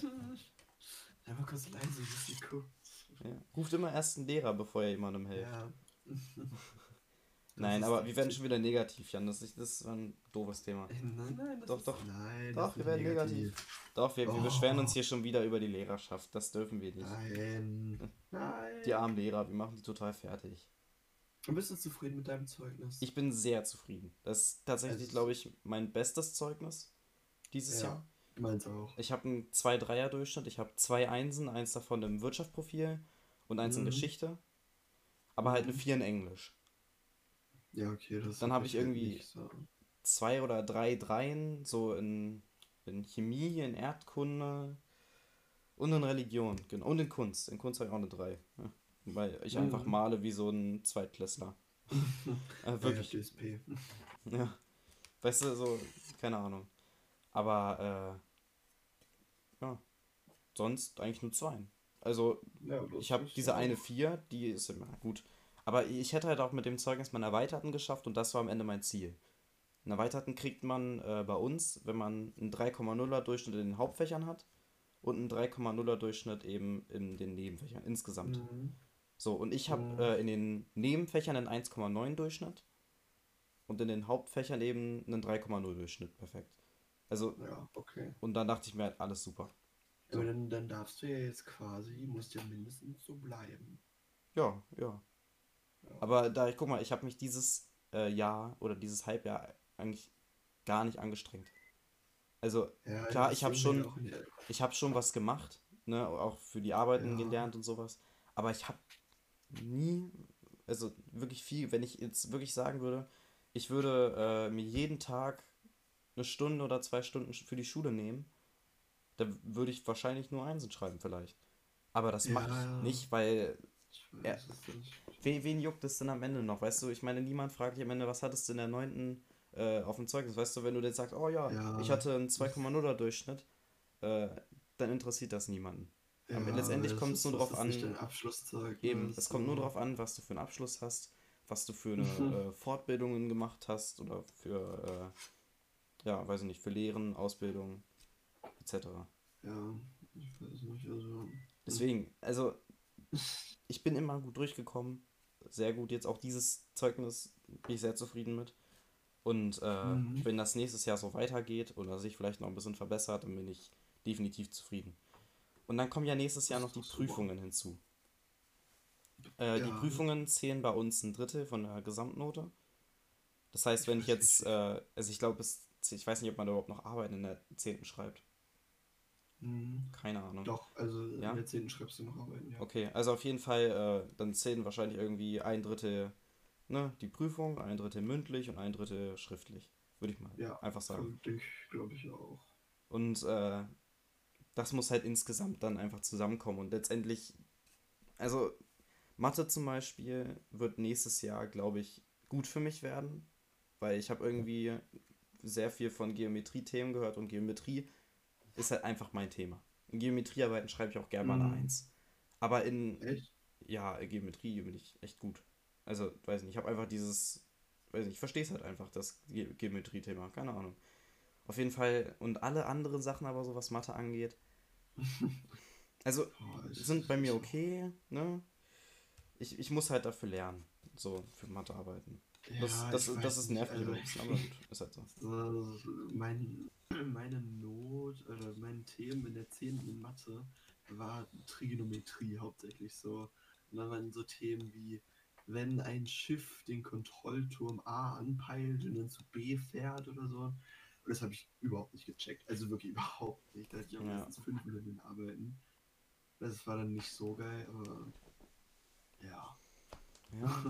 Einfach kurz leise, Risiko. Ja. Ruft immer erst einen Lehrer, bevor ihr jemandem helft. Ja, das Nein, ist aber wir werden definitiv. schon wieder negativ, Jan. Das ist, das ist ein doofes Thema. Nein, nein, das Doch, ist. doch, Nein, das ist doch, wir nicht werden negativ. negativ. Doch, wir, wir beschweren uns Oh, hier schon wieder über die Lehrerschaft. Das dürfen wir nicht. nein. Die Nein. armen Lehrer, wir machen die total fertig. Und bist du zufrieden mit deinem Zeugnis? Ich bin sehr zufrieden. Das ist tatsächlich, Also, glaube ich, mein bestes Zeugnis dieses ja, Jahr. meins auch. Ich habe einen zwei Komma dreier Durchschnitt, ich habe zwei Einsen, eins davon im Wirtschaftsprofil und eins in Mhm. Geschichte, aber halt eine Mhm. vier in Englisch. Ja, okay, das Dann habe habe ich ich halt irgendwie nicht so. zwei oder drei Dreien, so in, in Chemie, in Erdkunde und in Religion. Genau. Und in Kunst. In Kunst habe ich auch eine drei. Ja. Weil ich einfach Mhm. male wie so ein Zweitklässler. Äh, Ja, ich hab wirklich. D S P. Ja. Weißt du, so, keine Ahnung. Aber, äh, ja, sonst eigentlich nur zwei. Also, Ja, ich das habe ist diese eine auch. vier, die ist immer gut. Aber ich hätte halt auch mit dem Zeugnis meinen Erweiterten geschafft und das war am Ende mein Ziel. Einen Erweiterten kriegt man äh, bei uns, wenn man einen drei Komma nuller Durchschnitt in den Hauptfächern hat und einen drei Komma nuller Durchschnitt eben in den Nebenfächern insgesamt. Mhm. So, und ich habe Mhm. äh, in den Nebenfächern einen eins Komma neun Durchschnitt und in den Hauptfächern eben einen drei Komma null Durchschnitt. Perfekt. Also, Ja, okay. und dann dachte ich mir halt, alles super. Aber So, dann, dann darfst du ja jetzt quasi, musst ja mindestens so bleiben. ja, ja. Ja, Aber da, ich guck mal, ich habe mich dieses äh, Jahr oder dieses Halbjahr eigentlich gar nicht angestrengt. Also, ja, klar, das ich habe Ding halt schon, auch in der. ich habe schon was gemacht, ne, auch für die Arbeiten Ja, gelernt und sowas. Aber ich habe nie, also wirklich viel, wenn ich jetzt wirklich sagen würde, ich würde äh, mir jeden Tag eine Stunde oder zwei Stunden für die Schule nehmen, dann würde ich wahrscheinlich nur Einsen schreiben vielleicht. Aber das ja, mache ich ja, nicht, weil ich er, weiß es nicht. wen, wen juckt es denn am Ende noch? Weißt du, ich meine, niemand fragt dich am Ende, was hattest du in der neunten äh, auf dem Zeugnis? Weißt du, wenn du jetzt sagst, oh ja, ich Ja, hatte einen zwei Komma nuller Durchschnitt, äh, dann interessiert das niemanden. Am, ja, letztendlich das kommt es nur ist, das darauf ist nicht an, dein eben, Abschlusszeugnis. es kommt nur So. darauf an, was du für einen Abschluss hast, was du für eine äh, Fortbildungen gemacht hast oder für, äh, ja, weiß ich nicht, für Lehren, Ausbildung, et cetera. Ja, ich weiß nicht, also. Deswegen, also ich bin immer gut durchgekommen, sehr gut, jetzt auch dieses Zeugnis bin ich sehr zufrieden mit. Und äh, Mhm. wenn das nächstes Jahr so weitergeht oder sich vielleicht noch ein bisschen verbessert, dann bin ich definitiv zufrieden. Und dann kommen ja nächstes Das Jahr noch ist die doch super. Prüfungen hinzu. Äh, die Ja, Prüfungen zählen bei uns ein Drittel von der Gesamtnote. Das heißt, ich wenn ich weiß jetzt, nicht. äh, also ich glaube, ich weiß nicht, ob man da überhaupt noch Arbeiten in der zehnten schreibt. Mhm. Keine Ahnung. Doch, also in Ja? der zehnten schreibst du noch Arbeiten, ja. Okay, also auf jeden Fall, äh, dann zählen wahrscheinlich irgendwie ein Drittel, ne, die Prüfung, ein Drittel mündlich und ein Drittel schriftlich. Würde ich mal Ja, einfach sagen. für dich glaube ich auch. Und äh, das muss halt insgesamt dann einfach zusammenkommen. Und letztendlich, also Mathe zum Beispiel wird nächstes Jahr, glaube ich, gut für mich werden, weil ich habe irgendwie sehr viel von Geometrie-Themen gehört und Geometrie ist halt einfach mein Thema. In Geometriearbeiten schreibe ich auch gerne mal eine Mhm. Eins. Aber in, Echt? ja, Geometrie bin ich echt gut. Also, weiß nicht, ich habe einfach dieses, weiß nicht, ich verstehe es halt einfach, das Ge Geometrie-Thema, keine Ahnung. Auf jeden Fall, und alle anderen Sachen aber so, was Mathe angeht, also Boah, sind ich, bei mir ich auch. okay, ne? Ich, ich muss halt dafür lernen, so für Mathe arbeiten. Das, Ja, das, ich das weiß ist nicht. nervig Also, immer ein bisschen, aber gut, ist halt so. so, mein, meine Not oder mein Themen in der zehnten in Mathe war Trigonometrie hauptsächlich so. Und dann waren so Themen wie, wenn ein Schiff den Kontrollturm A anpeilt und dann zu B fährt oder so. Und das habe ich überhaupt nicht gecheckt. Also wirklich überhaupt nicht. Da hatte ich auch Ja. meistens fünf in den Arbeiten. Das war dann nicht so geil, aber ja. Ja.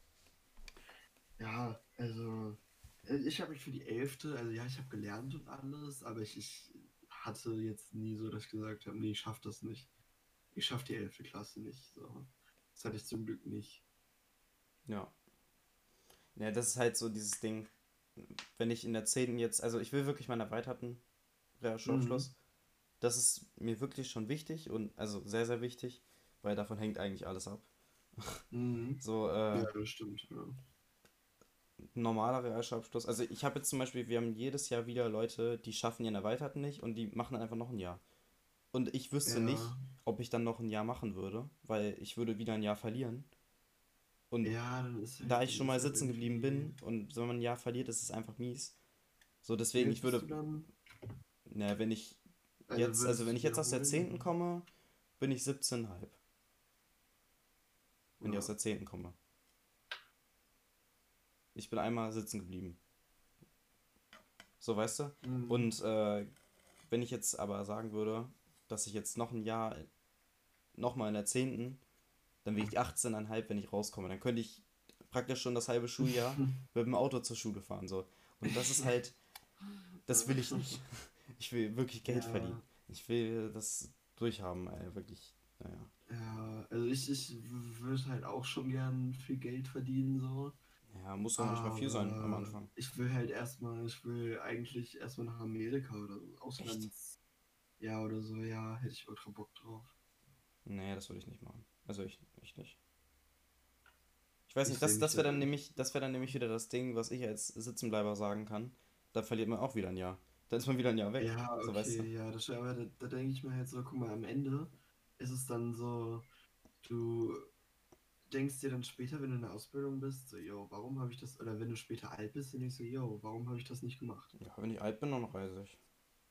Ja, also äh, ich habe mich für die elfte, also ja, ich habe gelernt und alles, aber ich, ich hatte jetzt nie so, dass ich gesagt habe, nee, ich schaffe das nicht. Ich schaffe die elfte Klasse nicht. So. Das hatte ich zum Glück nicht. Ja. Ja, das ist halt so dieses Ding, wenn ich in der zehnten jetzt, also ich will wirklich meinen erweiterten Mhm. Realschulabschluss. Das ist mir wirklich schon wichtig und also sehr, sehr wichtig, weil davon hängt eigentlich alles ab. Mhm. So, äh, Ja, das stimmt. Ja. normaler Realschulabschluss. Also ich habe jetzt zum Beispiel, wir haben jedes Jahr wieder Leute, die schaffen ihren Erweiterten nicht und die machen dann einfach noch ein Jahr. Und ich wüsste Ja, nicht, ob ich dann noch ein Jahr machen würde, weil ich würde wieder ein Jahr verlieren. Und ja, dann ist da halt, ich dann schon mal ist halt sitzen geblieben irgendwie. bin und wenn man ein Jahr verliert, ist es einfach mies. So, Wie deswegen, alt ich bist würde, du dann? ne, wenn ich Also jetzt, also würdest wenn du ich jetzt aus der wiederholen? zehnten Oder? komme, bin ich siebzehn Komma fünf. Wenn ich aus Ja. der zehnten komme. Ich bin einmal sitzen geblieben. So, weißt du? Mhm. Und äh, wenn ich jetzt aber sagen würde, dass ich jetzt noch ein Jahr, nochmal in der zehnten, dann wäre ich achtzehn Komma fünf, wenn ich rauskomme. Dann könnte ich praktisch schon das halbe Schuljahr mit dem Auto zur Schule fahren. So. Und das ist halt, das will ich nicht. Ich will wirklich Geld verdienen. Ja, Ich will das durchhaben, ey, wirklich. Naja. ja, also ich, ich würde halt auch schon gern viel Geld verdienen, so. Ja, muss doch nicht mal viel sein am Aber Anfang. ich will halt erstmal, ich will eigentlich erstmal nach Amerika oder so, Echt? Auslands, ja oder so, ja, hätte ich ultra Bock drauf. Nee, das würde ich nicht machen. Also ich, ich nicht. Ich weiß Ich nicht, sehe das, mich das wäre da dann nicht. nämlich, das wäre dann nämlich wieder das Ding, was ich als Sitzenbleiber sagen kann. Da verliert man auch wieder ein Jahr. Dann ist man wieder ein Jahr weg. Ja, So, weißt du? okay, ja, das, aber da, da denke ich mir halt so, guck mal, am Ende ist es dann so, du denkst dir dann später, wenn du in der Ausbildung bist, so, yo, warum habe ich das, oder wenn du später alt bist, dann denkst du, yo, warum habe ich das nicht gemacht? Ja, wenn ich alt bin, dann reise ich.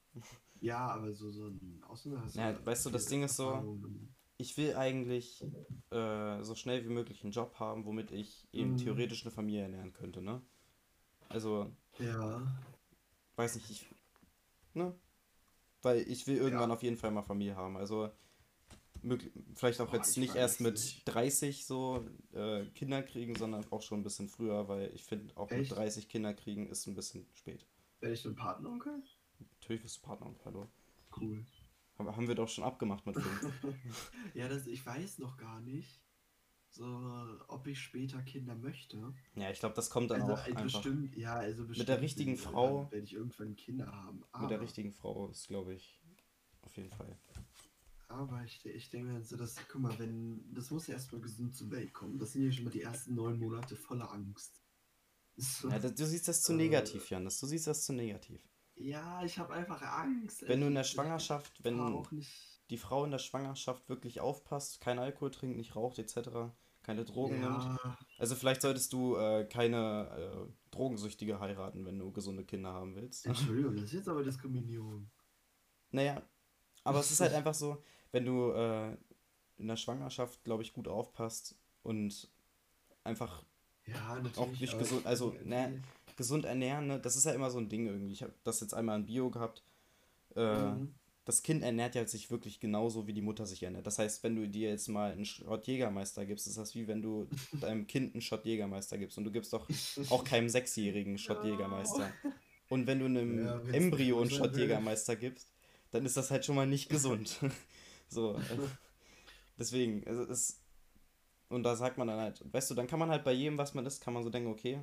Ja, aber so, so ein Ausländer hast du Ja, ja weißt du, das viel Ding ist so, Erfahrung. ich will eigentlich äh, so schnell wie möglich einen Job haben, womit ich eben Mhm. theoretisch eine Familie ernähren könnte, ne? Also, Ja, weiß nicht, ich, ne? Weil ich will irgendwann ja. auf jeden Fall mal Familie haben. Also, möglich, vielleicht auch Boah, jetzt ich nicht erst weiß mit nicht. dreißig so äh, Kinder kriegen, sondern auch schon ein bisschen früher, weil ich finde, auch mit Echt? dreißig Kinder kriegen ist ein bisschen spät. Werde ich ein Patenonkel? Natürlich bist du Partner und hallo. Cool. Aber haben wir doch schon abgemacht mit fünf. Ja, das, ich weiß noch gar nicht, so, ob ich später Kinder möchte. Ja, ich glaube, das kommt dann Also auch äh, einfach. bestimmt, ja, also Mit der bestimmt richtigen äh, dann Frau, werde ich irgendwann Kinder haben. mit der Aber, richtigen Frau ist, glaube ich, auf jeden Fall. aber ich, ich denke mir so, dass, guck mal, wenn, das muss ja erstmal gesund zur Welt kommen. Das sind ja schon mal die ersten neun Monate voller Angst. So, Ja, das, du siehst das zu äh, negativ, Janis. Du siehst das zu negativ. ja, ich habe einfach Angst. Wenn du Ich, in der ich, Schwangerschaft, ich war wenn auch nicht. die Frau in der Schwangerschaft wirklich aufpasst, keinen Alkohol trinkt, nicht raucht et cetera, keine Drogen nimmt. Ja, Also vielleicht solltest du äh, keine äh, Drogensüchtige heiraten, wenn du gesunde Kinder haben willst. Entschuldigung, das ist jetzt aber Diskriminierung. Naja, aber es ist halt einfach so, wenn du äh, in der Schwangerschaft, glaube ich, gut aufpasst und einfach Ja, auch natürlich, dich aber gesund, ich also, bin ne, irgendwie. gesund ernähren, ne, das ist ja immer so ein Ding irgendwie. Ich habe das jetzt einmal in Bio gehabt. Äh, Mhm. das Kind ernährt ja sich wirklich genauso, wie die Mutter sich ernährt. Das heißt, wenn du dir jetzt mal einen Shot Jägermeister gibst, ist das wie wenn du deinem Kind einen Shot Jägermeister gibst. Und du gibst doch auch keinem Sechsjährigen einen Shot Ja. Jägermeister. Und wenn du einem Ja, wenn es nicht Embryo wohl einen sein Shot will. Jägermeister gibst, dann ist das halt schon mal nicht gesund. So, äh, deswegen, also es, und da sagt man dann halt, weißt du, dann kann man halt bei jedem, was man isst, kann man so denken, okay,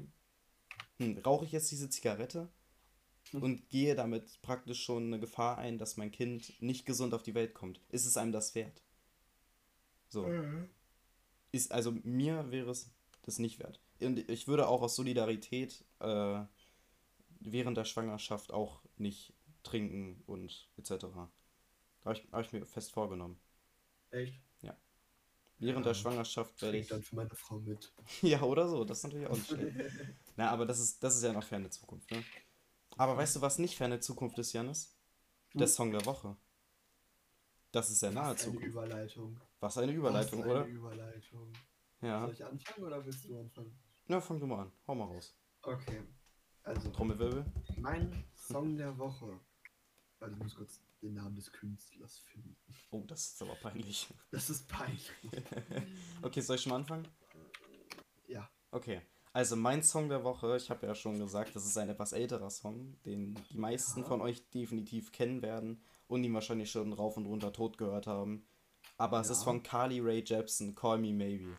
hm, rauche ich jetzt diese Zigarette und gehe damit praktisch schon eine Gefahr ein, dass mein Kind nicht gesund auf die Welt kommt. Ist es einem das wert? So. Mhm. Ist, also mir wäre es das nicht wert. Und ich würde auch aus Solidarität äh, während der Schwangerschaft auch nicht trinken und et cetera. Habe ich, hab ich mir fest vorgenommen. Echt? Ja. Während der Ja, Schwangerschaft werde trink dann ich. für meine Frau mit. Ja, oder so, das ist natürlich auch nicht schlecht. Na, aber das ist, das ist ja noch ferne Zukunft, ne? Aber weißt du, was nicht ferne Zukunft ist, Janis? Der Hm? Song der Woche. Das ist ja nahe Was eine Zukunft. Überleitung. Was eine Was Überleitung, eine oder? Überleitung. Soll Ja. ich anfangen oder willst du anfangen? Na, fang du mal an. Hau mal raus. Okay, also Trommelwirbel. mein Song der Woche. Also ich muss kurz den Namen des Künstlers finden. Oh, das ist aber peinlich. Das ist peinlich. Okay, soll ich schon mal anfangen? Ja. Okay. Also mein Song der Woche, ich habe ja schon gesagt, das ist ein etwas älterer Song, den die meisten Ja. von euch definitiv kennen werden und ihn wahrscheinlich schon rauf und runter tot gehört haben. Aber es ist Ja. von Carly Rae Jepsen, Call Me Maybe.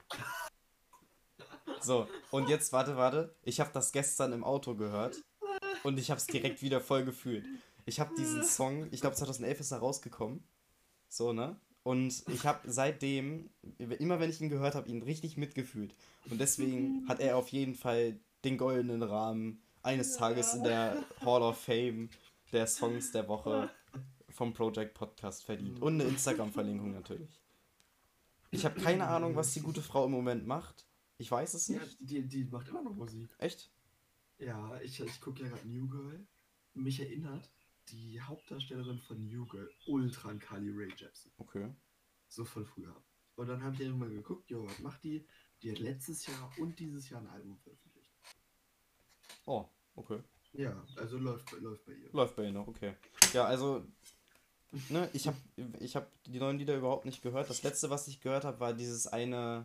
So, und jetzt, warte, warte. Ich habe das gestern im Auto gehört und ich habe es direkt wieder voll gefühlt. Ich habe diesen Song, ich glaube zwanzig elf ist er rausgekommen. So, ne? Und ich habe seitdem, immer wenn ich ihn gehört habe, ihn richtig mitgefühlt. Und deswegen hat er auf jeden Fall den goldenen Rahmen eines Tages in der Hall of Fame der Songs der Woche vom Project Podcast verdient. Und eine Instagram-Verlinkung natürlich. Ich habe keine Ahnung, was die gute Frau im Moment macht. Ich weiß es Ja, nicht. die, die macht immer noch Musik. Echt? Ja, ich, ich gucke ja gerade New Girl. Mich erinnert die Hauptdarstellerin von New Girl ultra an Carly Rae Jepsen. Okay. So von früher. Und dann habe ich irgendwann geguckt, jo, was macht die? Die hat letztes Jahr und dieses Jahr ein Album veröffentlicht. Oh, okay. Ja, also läuft, läuft bei ihr. Läuft bei ihr noch, okay. Ja, also, ne, ich habe ich hab die neuen Lieder überhaupt nicht gehört. Das letzte, was ich gehört habe, war dieses eine.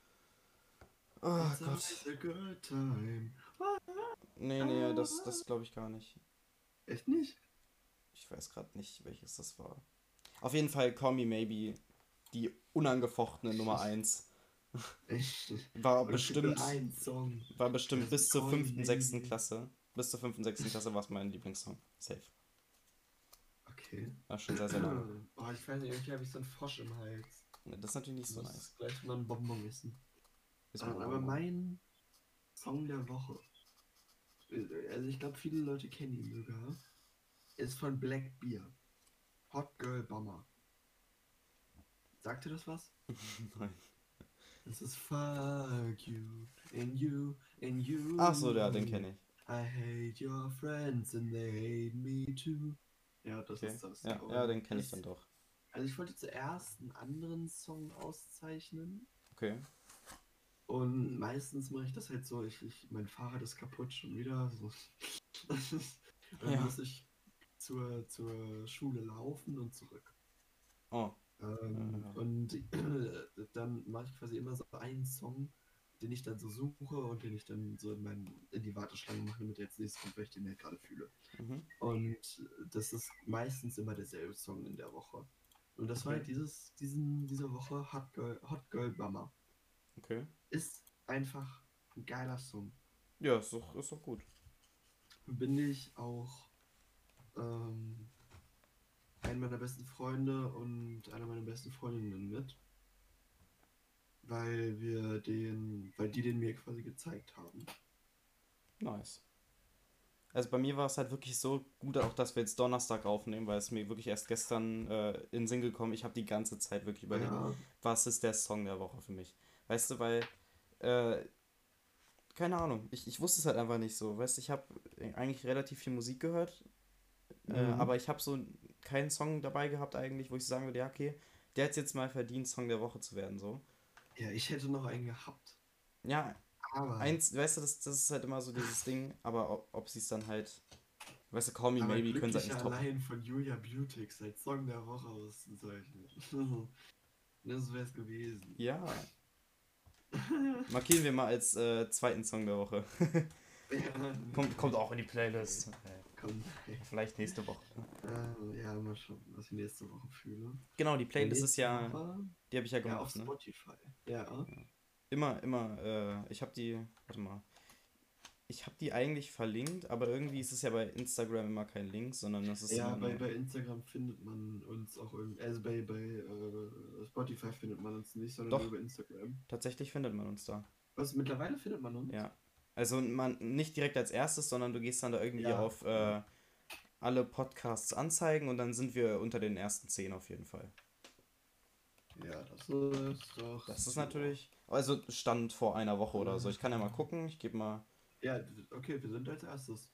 Oh It's Gott. always a good time. Nee, nee, das, das glaube ich gar nicht. Echt nicht? Ich weiß gerade nicht, welches das war. Auf jeden Fall Call Me Maybe, die unangefochtene Nummer eins. Echt nicht. War Und es gibt nur bestimmt, einen Song. war bestimmt Das bis ist zur Call fünften, Me sechsten Maybe. Klasse. Bis zur fünften, sechsten Klasse war es mein Lieblingssong. Safe. Okay. War schon sehr, sehr lange. Oh, ich weiß nicht, irgendwie habe ich so einen Frosch im Hals. Das ist natürlich nicht Ich so muss nice. gleich mal einen Bonbon essen. Ist Ah, mal aber mein Song der Woche, äh, also ich glaube, viele Leute kennen ihn sogar, ist von Black Bear. Hot Girl Bummer. Sagt dir das was? Nein. Das ist Fuck you, and you, and you. Ach so, ja, den kenne ich. I hate your friends and they hate me too. Ja, das Okay. ist das. Ja, Und ja, den kenne ich das- dann doch. Also ich wollte zuerst einen anderen Song auszeichnen. Okay. Und meistens mache ich das halt so, ich, ich, mein Fahrrad ist kaputt schon wieder. So. Dann Ja. muss ich zur, zur Schule laufen und zurück. Oh. Ähm, Ja. Und äh, dann mache ich quasi immer so einen Song, den ich dann so suche und den ich dann so in, mein, in die Warteschlange mache, damit der jetzt nächstes kommt, weil ich den halt gerade fühle. Mhm. Und das ist meistens immer derselbe Song in der Woche. Und das war Okay. halt dieses, diesen, diese Woche Hot Girl, Hot Girl Bummer. Okay. Ist einfach ein geiler Song. Ja, ist doch, ist doch gut. Bin ich auch ähm, einen meiner besten Freunde und einer meiner besten Freundinnen mit. Weil wir den, weil die den mir quasi gezeigt haben. Nice. Also bei mir war es halt wirklich so gut, auch dass wir jetzt Donnerstag aufnehmen, weil es mir wirklich erst gestern äh, in den Sinn gekommen. Ich habe die ganze Zeit wirklich überlegt, Ja, was ist der Song der Woche für mich. Weißt du, weil, äh, keine Ahnung, ich, ich wusste es halt einfach nicht so. Weißt du, ich habe eigentlich relativ viel Musik gehört, äh, Mhm. aber ich habe so keinen Song dabei gehabt eigentlich, wo ich sagen würde, ja, okay, der hat jetzt mal verdient, Song der Woche zu werden, so. ja, ich hätte noch einen gehabt. Ja, Aber, eins, weißt du, das, das ist halt immer so dieses Ding, aber ob, ob sie es dann halt, weißt du, Call Me aber Maybe können sie halt glücklich nicht toppen. allein von Julia Beautix als Song der Woche auszuzeichnen. Das wäre es gewesen. Ja, markieren wir mal als äh, zweiten Song der Woche. Ja, kommt, kommt auch in die Playlist. komm. Vielleicht nächste Woche. Äh, ja, mal schauen, was ich nächste Woche fühle. Genau, die Playlist ist Nächste ja, Woche, die habe ich ja ja, auf gemacht, ne? Spotify. Ja. Immer, immer, äh, ich habe die, warte mal, ich habe die eigentlich verlinkt, aber irgendwie ist es ja bei Instagram immer kein Link, sondern das ist Ja, immer bei, nur, bei Instagram findet man uns auch irgendwie, also bei, bei äh, Spotify findet man uns nicht, sondern Doch. nur über Instagram. tatsächlich findet man uns da. Was, mittlerweile findet man uns? Ja. Also man nicht direkt als erstes, sondern du gehst dann da irgendwie Ja. auf äh, alle Podcasts anzeigen und dann sind wir unter den ersten zehn auf jeden Fall. Ja, das ist doch. Das ist super. natürlich, also Stand vor einer Woche oder so. Ich kann ja mal gucken, ich gebe mal, Ja, okay, wir sind als erstes.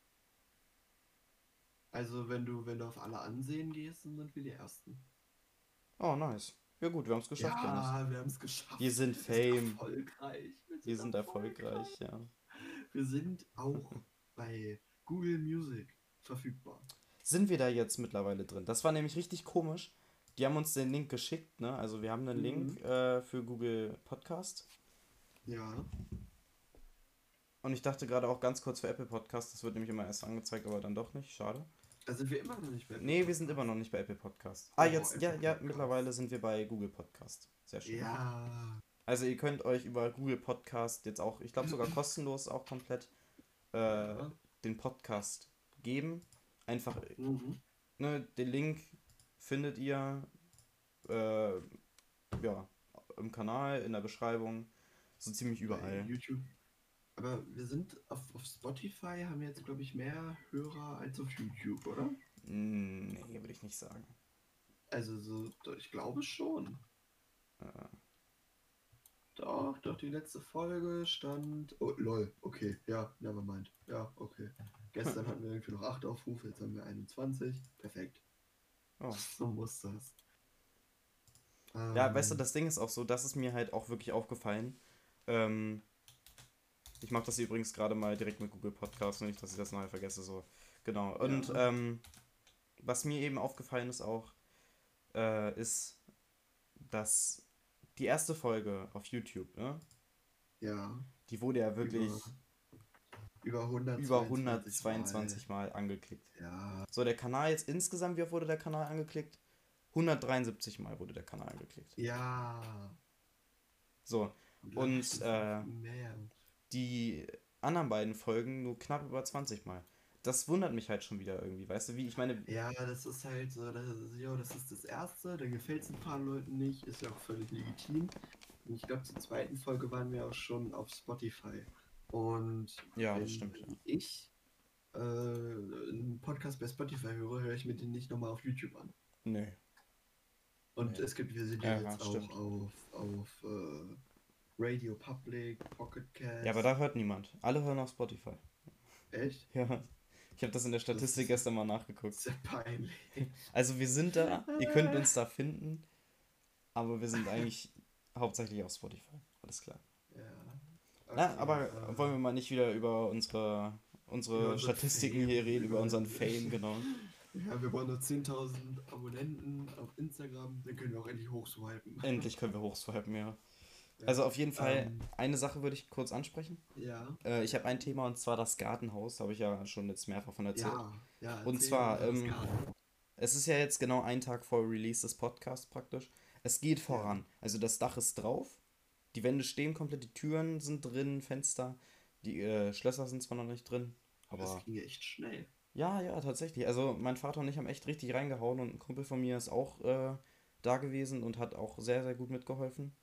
Also wenn du, wenn du auf alle Ansehen gehst, dann sind wir die Ersten. oh nice. Ja gut, wir haben es geschafft, Dennis. Ja, wir haben es geschafft. Wir sind Wir sind Fame. erfolgreich. Wir Wir sind sind erfolgreich, erfolgreich. ja. Wir sind auch bei Google Music verfügbar. Sind wir da jetzt mittlerweile drin? Das war nämlich richtig komisch. Die haben uns den Link geschickt, ne? Also wir haben einen Mhm. Link äh, für Google Podcast. Ja. Und ich dachte gerade auch ganz kurz für Apple Podcast, das wird nämlich immer erst angezeigt, aber dann doch nicht. Schade. Da sind wir immer noch nicht bei Apple Nee, wir sind Podcast. immer noch nicht bei Apple Podcast. Ah, Oh, jetzt, ja, Apple ja, Podcast. mittlerweile sind wir bei Google Podcast. Sehr schön. Ja. Also ihr könnt euch über Google Podcast jetzt auch, ich glaube sogar kostenlos auch komplett äh, Ja. den Podcast geben. Einfach, Mhm. ne, den Link findet ihr äh, ja, im Kanal, in der Beschreibung, so ziemlich Bei überall. YouTube. Aber wir sind auf, auf Spotify, haben wir jetzt, glaube ich, mehr Hörer als auf YouTube, oder? Mm, nee, würde ich nicht sagen. Also so, ich glaube schon. Äh, Doch, doch, die letzte Folge stand. Oh, lol, okay, ja, nevermind. Ja, okay. Gestern hatten wir irgendwie noch acht Aufrufe, jetzt haben wir einundzwanzig. Perfekt. oh. So muss das. Ja, weißt du, Ähm, das Ding ist auch so, das ist mir halt auch wirklich aufgefallen. Ähm, ich mache das übrigens gerade mal direkt mit Google Podcast, nicht, dass ich das nachher vergesse. So. Genau. Und Ja. ähm, was mir eben aufgefallen ist auch, äh, ist, dass die erste Folge auf YouTube, ne? Ja, Die wurde ja wirklich über über hundertzweiundzwanzig hundertzweiundzwanzig Mal angeklickt. Mal. Ja, So, der Kanal jetzt insgesamt, wie oft wurde der Kanal angeklickt? hundertdreiundsiebzig Mal wurde der Kanal angeklickt. ja. So, und äh, mehr. die anderen beiden Folgen nur knapp über zwanzig Mal. Das wundert mich halt schon wieder irgendwie, weißt du, wie, ich meine, Ja, das ist halt so, das ist, jo, das ist das Erste, dann gefällt es ein paar Leuten nicht, ist ja auch völlig legitim. Und ich glaube, zur zweiten Folge waren wir auch schon auf Spotify. Und ja, wenn das stimmt, ja. ich äh, einen Podcast bei Spotify höre, höre ich mir den nicht nochmal auf YouTube an. Nö. Und Nee. es gibt, wir sind ja, Ja, jetzt ja, auch stimmt. auf, auf äh, Radio Public, Pocket Cast. Ja, aber da hört niemand. Alle hören auf Spotify. Echt? Ja. Ich habe das in der Das Statistik ist gestern mal nachgeguckt. sehr peinlich. Also wir sind da, ihr könnt uns da finden, aber wir sind eigentlich hauptsächlich auf Spotify. Alles klar. Ja. Na, Okay, aber äh, wollen wir mal nicht wieder über unsere, über unsere unseren Statistiken Fame, hier reden, über über unseren Fame, genau. Ja, wir wollen nur zehntausend Abonnenten auf Instagram, dann können wir auch endlich hochswipen. Endlich können wir hochswipen, ja. Ja. Also auf jeden Fall, Ähm, eine Sache würde ich kurz ansprechen. ja. Äh, ich habe ein Thema und zwar das Gartenhaus, habe ich ja schon jetzt mehrfach von erzählt. Ja, ja, Und erzähl zwar, über das ähm, Garten. es ist ja jetzt genau ein Tag vor Release des Podcasts praktisch. Es geht Ja, voran. Also das Dach ist drauf, die Wände stehen komplett, die Türen sind drin, Fenster, die äh, Schlösser sind zwar noch nicht drin, das aber ging ja echt schnell. ja, ja, tatsächlich. Also mein Vater und ich haben echt richtig reingehauen und ein Kumpel von mir ist auch äh, da gewesen und hat auch sehr, sehr gut mitgeholfen.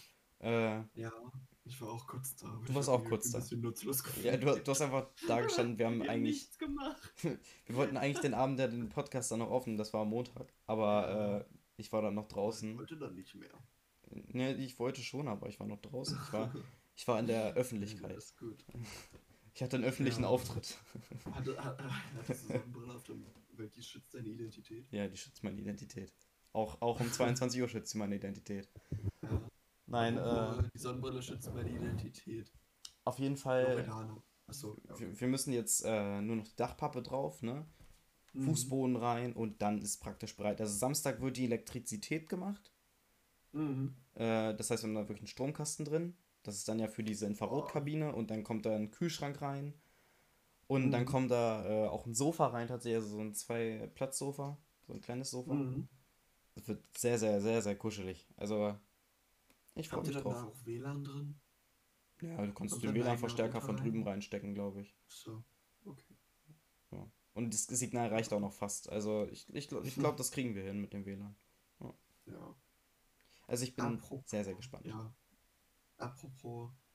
Äh, Ja, ich war auch kurz da, aber du ich warst habe auch mich kurz irgendwie ein da. bisschen nutzlos Ja, du, du hast gefühlt. einfach da gestanden. Wir haben Wir haben eigentlich, nichts gemacht. wir wollten eigentlich den Abend ja den Podcast dann noch aufnehmen, das war am Montag. Ja, Aber äh, ich war dann noch aber ich draußen. wollte dann nicht mehr. Ne, ich wollte schon, aber ich war noch draußen. Ich war, ich war in der Nein, Öffentlichkeit. alles gut. Ich hatte einen öffentlichen Ja, Auftritt. hatte, hat, hattest du Sonnenbrille auf dem, weil die schützt deine Identität. Ja, die schützt meine Identität. Auch, auch um zweiundzwanzig Uhr schützt sie meine Identität. Ja. Nein, äh, Apropos, die Sonnenbrille schützt meine Identität. auf jeden Fall, Loredana. Achso, ja, okay. wir, wir müssen jetzt äh, nur noch die Dachpappe drauf, ne? Mhm. Fußboden rein und dann ist praktisch bereit. Also Samstag wird die Elektrizität gemacht. Mhm. Äh, das heißt, wir haben da wirklich einen Stromkasten drin. Das ist dann ja für diese Boah. Infrarotkabine und dann kommt da ein Kühlschrank rein. Und dann Mhm. kommt da äh, auch ein Sofa rein, tatsächlich, also so ein Zwei-Platz-Sofa, so ein kleines Sofa. Mhm. Das wird sehr, sehr, sehr, sehr kuschelig. Also, ich freue Habt ihr mich dann da drauf. auch W L A N drin? Ja, du kannst Kommt den dann ein eigener W L A N-Verstärker Router von drüben rein? reinstecken, glaube ich. So, okay. Ja. Und das Signal reicht auch noch fast. Also, ich, ich, glaub- ich glaube, das kriegen wir hin mit dem W L A N. Ja. Ja. Also, ich bin Apropos, sehr, sehr gespannt. ja. Apropos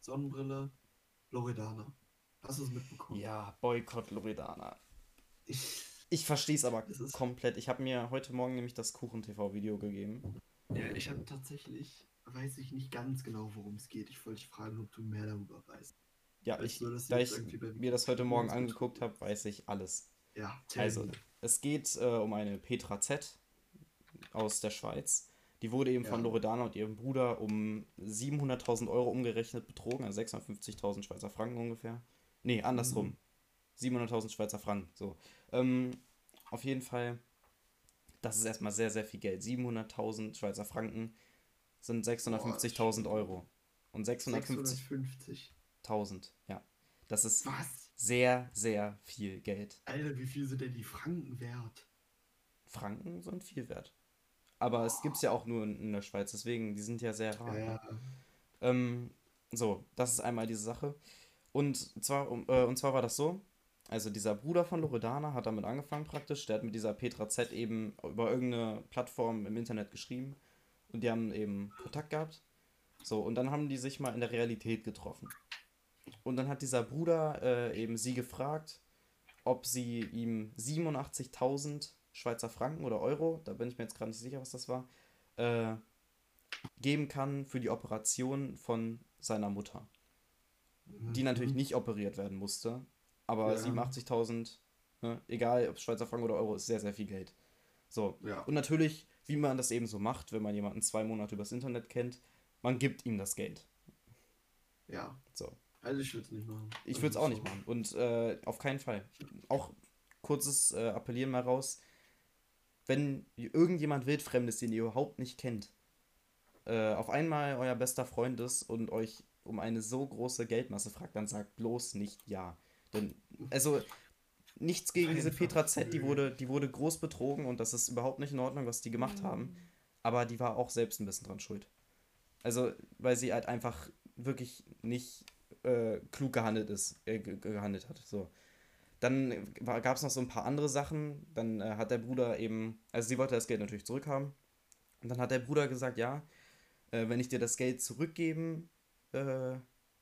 Sonnenbrille, Loredana. Hast du es mitbekommen? Ja, Boykott Loredana. Ich, Ich verstehe es aber das ist, komplett. Ich habe mir heute Morgen nämlich das Kuchen-T V-Video gegeben. ja, ich habe tatsächlich, weiß ich nicht ganz genau, worum es geht. Ich wollte dich fragen, ob du mehr darüber weißt. Ja, Weißt ich, du, dass sie da jetzt ich irgendwie bei mir das heute Morgen Videos angeguckt betrogen habe, ist? weiß ich alles. Ja, tell Also, me. es geht äh, um eine Petra Z. Aus der Schweiz. Die wurde eben von Ja. Loredana und ihrem Bruder um siebenhunderttausend Euro umgerechnet betrogen, also sechshundertfünfzigtausend Schweizer Franken ungefähr. Nee, Mhm. andersrum. siebenhunderttausend Schweizer Franken. So. Ähm, auf jeden Fall, das ist erstmal sehr, sehr viel Geld. siebenhunderttausend Schweizer Franken sind Boah, das ist sechshundertfünfzigtausend schon Euro. Und sechshundertfünfzigtausend, sechshundertfünfzig. ja. Das ist Was? sehr, sehr viel Geld. Alter, wie viel sind denn die Franken wert? Franken sind viel wert. Aber es gibt es ja Boah. auch nur in, in der Schweiz, deswegen, die sind ja sehr Ja, rar. Ne? ja. Ähm, so, das ist einmal diese Sache. Und zwar, um, äh, und zwar war das so, also dieser Bruder von Loredana hat damit angefangen praktisch, der hat mit dieser Petra Z eben über irgendeine Plattform im Internet geschrieben und die haben eben Kontakt gehabt. So, und dann haben die sich mal in der Realität getroffen. Und dann hat dieser Bruder äh, eben sie gefragt, ob sie ihm siebenundachtzigtausend Schweizer Franken oder Euro, da bin ich mir jetzt gerade nicht sicher, was das war, äh, geben kann für die Operation von seiner Mutter, die natürlich Mhm. nicht operiert werden musste. Aber Ja, siebenundachtzigtausend, ne, egal ob Schweizer Franken oder Euro, ist sehr, sehr viel Geld. So. ja, Und natürlich, wie man das eben so macht, wenn man jemanden zwei Monate übers Internet kennt, man gibt ihm das Geld. ja. So. Also ich würde es nicht machen. Ich würde Also es auch nicht sorry. machen. Und äh, auf keinen Fall. Auch kurzes äh, Appellieren mal raus. Wenn irgendjemand Wildfremdes, den ihr überhaupt nicht kennt, äh, auf einmal euer bester Freund ist und euch um eine so große Geldmasse fragt, dann sagt bloß nicht ja. Denn, also, nichts gegen diese Einfach Petra Z, die nö. wurde, die wurde groß betrogen und das ist überhaupt nicht in Ordnung, was die gemacht haben. Aber die war auch selbst ein bisschen dran schuld. Also, weil sie halt einfach wirklich nicht äh, klug gehandelt ist, äh, ge- gehandelt hat. So. Dann gab es noch so ein paar andere Sachen. Dann äh, hat der Bruder eben, also sie wollte das Geld natürlich zurückhaben. Und dann hat der Bruder gesagt, ja, äh, wenn ich dir das Geld zurückgeben äh,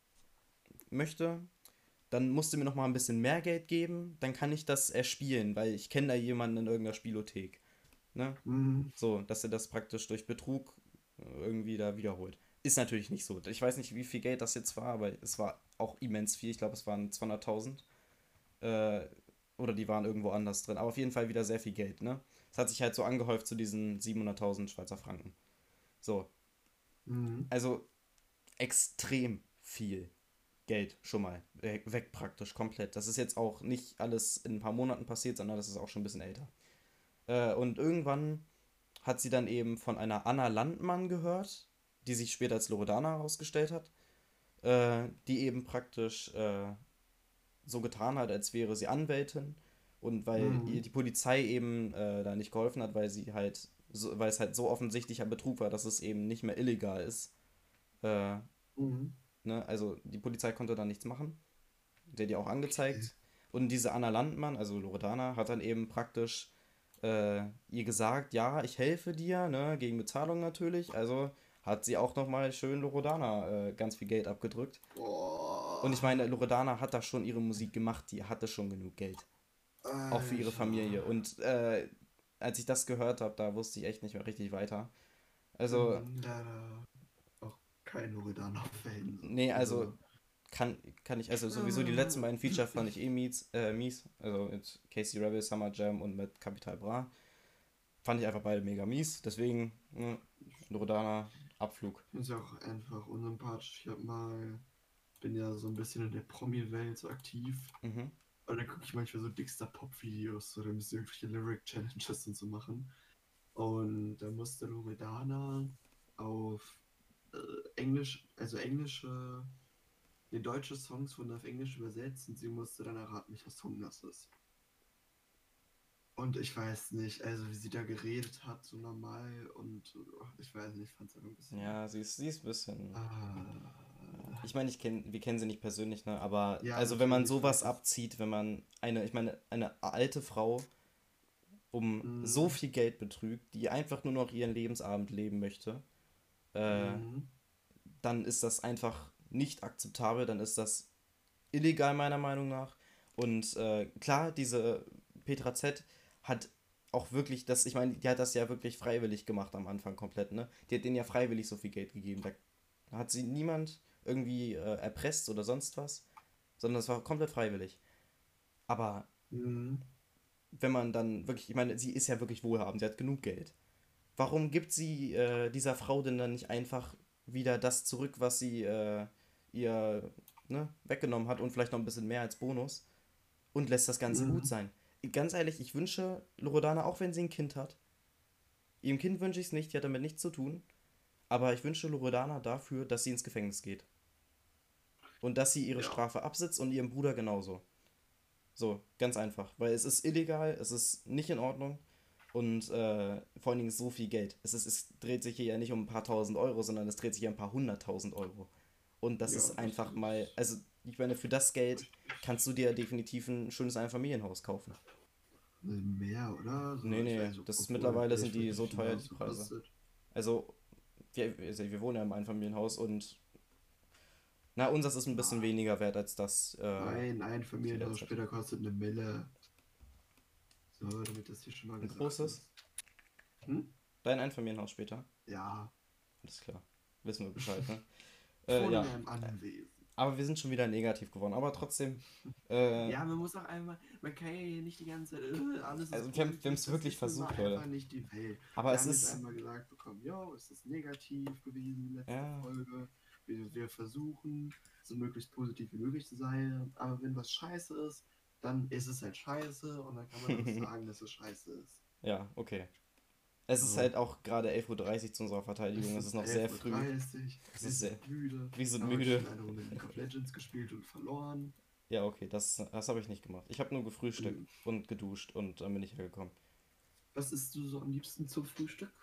möchte, dann musst du mir noch mal ein bisschen mehr Geld geben, dann kann ich das erspielen, weil ich kenne da jemanden in irgendeiner Spielothek. Ne? Mhm. So, dass er das praktisch durch Betrug äh, irgendwie da wiederholt. Ist natürlich nicht so. Ich weiß nicht, wie viel Geld das jetzt war, aber es war auch immens viel. Ich glaube, es waren zweihunderttausend. Äh, oder die waren irgendwo anders drin. Aber auf jeden Fall wieder sehr viel Geld, ne? Es hat sich halt so angehäuft zu diesen siebenhunderttausend Schweizer Franken. So, Mhm. also extrem viel Geld schon mal weg, weg praktisch komplett. Das ist jetzt auch nicht alles in ein paar Monaten passiert, sondern das ist auch schon ein bisschen älter. Äh, und irgendwann hat sie dann eben von einer Anna Landmann gehört, die sich später als Loredana herausgestellt hat, äh, die eben praktisch äh, so getan hat, als wäre sie Anwältin und weil ihr Mhm. die Polizei eben äh, da nicht geholfen hat, weil sie halt, so, weil es halt so offensichtlicher Betrug war, dass es eben nicht mehr illegal ist. Äh, Mhm. ne? Also die Polizei konnte da nichts machen. Der die auch Okay. angezeigt. Und diese Anna Landmann, also Loredana, hat dann eben praktisch äh, ihr gesagt, ja, ich helfe dir, ne, gegen Bezahlung natürlich. Also hat sie auch nochmal schön Loredana äh, ganz viel Geld abgedrückt. Und ich Boah. meine, Loredana hat da schon ihre Musik gemacht, die hatte schon genug Geld. Auch für ihre Alter. Familie. Und äh, als ich das gehört habe, da wusste ich echt nicht mehr richtig weiter. Also, Bin leider auch kein Loredana-Fan. So. nee, also Also. kann, kann ich, also sowieso die letzten beiden äh, Feature fand ich eh mies, äh, mies. Also mit Casey Rebel, Summer Jam und mit Capital Bra. Fand ich einfach beide mega mies. Deswegen, ne, Loredana, Abflug. Ist ja auch einfach unsympathisch. Ich hab mal, bin ja so ein bisschen in der Promi-Welt so aktiv. Mhm. Und dann gucke ich manchmal so dickster Pop-Videos, so, da müssen irgendwelche Lyric-Challenges und so machen. Und da musste Loredana auf äh, Englisch, also englische, nee, deutsche Songs wurden auf Englisch übersetzt und sie musste dann erraten, welcher Song das ist. Und ich weiß nicht, also wie sie da geredet hat, so normal und oh, ich weiß nicht, ich fand es einfach ein bisschen. Ja, sie ist, sie ist ein bisschen. Ah, Ich meine, ich kenn, wir kennen sie nicht persönlich, ne? Aber ja, also wenn man natürlich sowas weiß ich. abzieht, wenn man eine, ich meine, eine alte Frau um so Mm, viel Geld betrügt, die einfach nur noch ihren Lebensabend leben möchte, äh, mm, dann ist das einfach. nicht akzeptabel, dann ist das illegal meiner Meinung nach. Und äh, klar, diese Petra Z hat auch wirklich das, ich meine, die hat das ja wirklich freiwillig gemacht am Anfang komplett, ne? Die hat denen ja freiwillig so viel Geld gegeben. Da hat sie niemand irgendwie äh, erpresst oder sonst was, sondern das war komplett freiwillig. Aber Mhm. wenn man dann wirklich, ich meine, sie ist ja wirklich wohlhabend, sie hat genug Geld. Warum gibt sie äh, dieser Frau denn dann nicht einfach wieder das zurück, was sie äh, ihr ne, weggenommen hat und vielleicht noch ein bisschen mehr als Bonus und lässt das Ganze gut Mhm. sein? Ganz ehrlich, ich wünsche Loredana, auch wenn sie ein Kind hat, ihrem Kind wünsche ich es nicht, die hat damit nichts zu tun, aber ich wünsche Loredana dafür, dass sie ins Gefängnis geht und dass sie ihre Ja. Strafe absitzt und ihrem Bruder genauso. So, ganz einfach. Weil es ist illegal, es ist nicht in Ordnung und äh, vor allen Dingen so viel Geld. Es, ist, es dreht sich hier ja nicht um ein paar tausend Euro, sondern es dreht sich hier um ein paar hunderttausend Euro. Und das Ja, ist das einfach mal, ist also ich meine, für das Geld kannst du richtig. dir definitiv ein schönes Einfamilienhaus kaufen. Mehr, oder? Nee, So, ich weiß nee, nicht, das ist obwohl, mittlerweile sind welch, die wie so viel teuer, das die so Preise. kostet. Also, wir, also wir wohnen ja im Einfamilienhaus und na, unseres ist ein bisschen Ah, weniger wert als das äh, mein zu der Einfamilienhaus Zeit. später kostet eine Mille. So, damit das hier schon mal Ein gesagt großes? ist. Hm? Dein Einfamilienhaus später? Ja, Alles klar. Wissen wir Bescheid, ne? ich Äh, wohne in ja. einem Anwesen. Aber wir sind schon wieder negativ geworden. Aber trotzdem, äh, Ja, man muss auch einmal, man kann ja hier nicht die ganze Zeit, äh, alles ist also wir haben wir positiv, es das wirklich ist nun mal versucht, Leute. einfach nicht die Welt. Aber Wir es haben jetzt ist, einmal gesagt bekommen, jo, es ist negativ gewesen, die letzte ja, Folge. Wir, wir versuchen, so möglichst positiv wie möglich zu sein, aber wenn was scheiße ist, dann ist es halt scheiße und dann kann man auch sagen, dass es scheiße ist. ja, okay. Es ist So, halt auch gerade elf Uhr dreißig zu unserer es Verteidigung. Es ist ist noch sehr elf Uhr, früh. dreißig, Es wir ist sehr, sind müde, wir sind haben heute müde. schon eine Runde League of Legends gespielt und verloren. Ja, okay, das, das habe ich nicht gemacht. Ich habe nur gefrühstückt Hm. und geduscht und dann bin ich hergekommen. Was isst du so am liebsten zum Frühstück?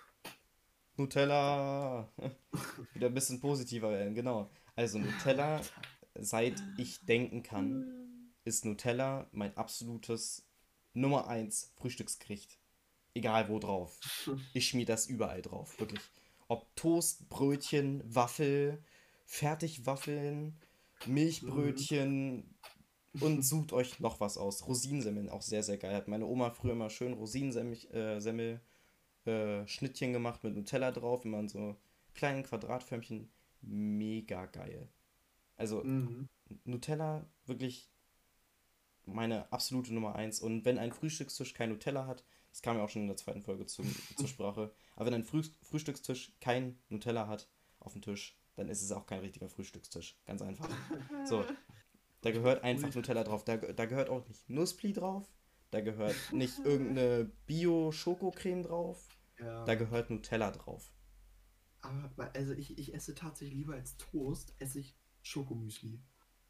Nutella! Wieder ein bisschen positiver werden, genau. Also Nutella, seit ich denken kann, ist Nutella mein absolutes Nummer eins Frühstücksgericht. Egal wo drauf. Ich schmier das überall drauf, wirklich. Ob Toast, Brötchen, Waffel, Fertigwaffeln, Mhm. Milchbrötchen und sucht euch noch was aus. Rosinensemmeln auch sehr, sehr geil. Hat meine Oma früher immer schön Rosinsemmel äh, Semmel, äh, Schnittchen gemacht mit Nutella drauf, immer in so kleinen Quadratförmchen. Mega geil. Also Mhm. Nutella wirklich meine absolute Nummer eins. Und wenn ein Frühstückstisch kein Nutella hat, das kam ja auch schon in der zweiten Folge zum, zur Sprache, aber wenn ein Früh Frühstückstisch kein Nutella hat auf dem Tisch, dann ist es auch kein richtiger Frühstückstisch. Ganz einfach. So, da gehört einfach Ultra Nutella drauf. Da, schlecht. da gehört auch nicht Nussbli drauf. Da gehört nicht irgendeine Bio-Schokocreme drauf. Da Ja, gehört Nutella drauf. aber bei- also ich, ich esse tatsächlich lieber als Toast, esse ich Schokomüsli.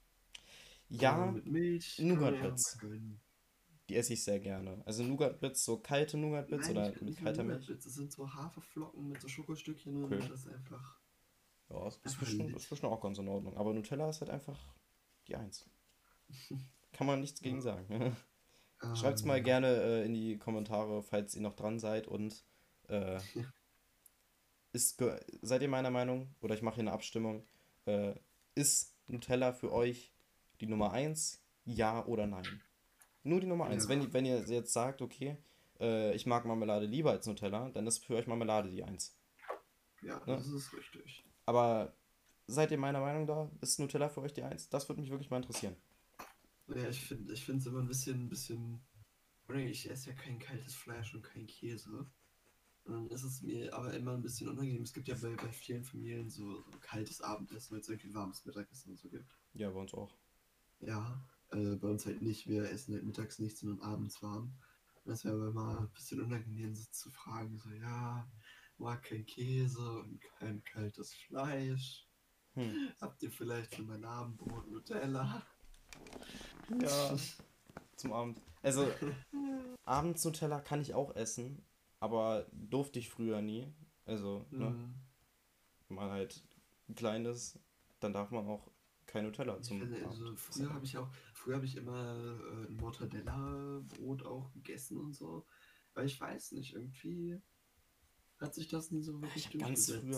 So Ja, mit Milch kann man ja einfach mal Nougat-Bits. gönnen. Die esse ich sehr gerne. Also Nougat-Bits, so kalte Nougat-Bits Nein, oder nicht, mit nicht mal kalter Milch. Nougat-Bits, es sind so Haferflocken mit so Schokostückchen drin Okay. und das ist einfach, Ja, ist ist einfach bestimmt, ist lit. bestimmt auch ganz in Ordnung. Aber Nutella ist halt einfach die Eins. Kann man nichts gegen Ja. sagen. Schreibt's mal Ähm, gerne äh, in die Kommentare, falls ihr noch dran seid und äh, ja, ist, ge- seid ihr meiner Meinung, oder ich mache hier eine Abstimmung, äh, ist Nutella für euch die Nummer eins? Ja oder nein? Nur die Nummer eins. Wenn, ja, ihr- wenn ihr jetzt sagt, okay, äh, ich mag Marmelade lieber als Nutella, dann ist für euch Marmelade die eins. ja, Ne? das ist richtig. Aber seid ihr meiner Meinung da? Ist Nutella für euch die eins? Das würde mich wirklich mal interessieren. Ja, ich finde ich finde es immer ein bisschen, ein bisschen, oder ich esse ja kein kaltes Fleisch und kein Käse. Und dann ist es mir aber immer ein bisschen unangenehm. Es gibt ja bei, bei vielen Familien so, so kaltes Abendessen, weil es irgendwie warmes Mittagessen und so gibt. Ja, bei uns auch. Ja, äh, bei uns halt nicht. Wir essen halt mittags nichts, sondern abends warm. Und das wäre aber immer ein bisschen unangenehm, so zu fragen, so, ja, mag kein Käse und kein kaltes Fleisch. Hm. Habt ihr vielleicht für mein Abendbrot Nutella? Ja, zum Abend. Also, abends Nutella kann ich auch essen, aber durfte ich früher nie. Also, ne, Hm. wenn man halt klein ist, dann darf man auch kein Nutella Ich zum finde, Abend. also Ist halt früher habe einfach ich so. auch, früher habe ich immer äh, ein Mortadella-Brot auch gegessen und so. Weil ich weiß nicht, irgendwie hat sich das nie so Ich wirklich habe ganz durchgesetzt. früher,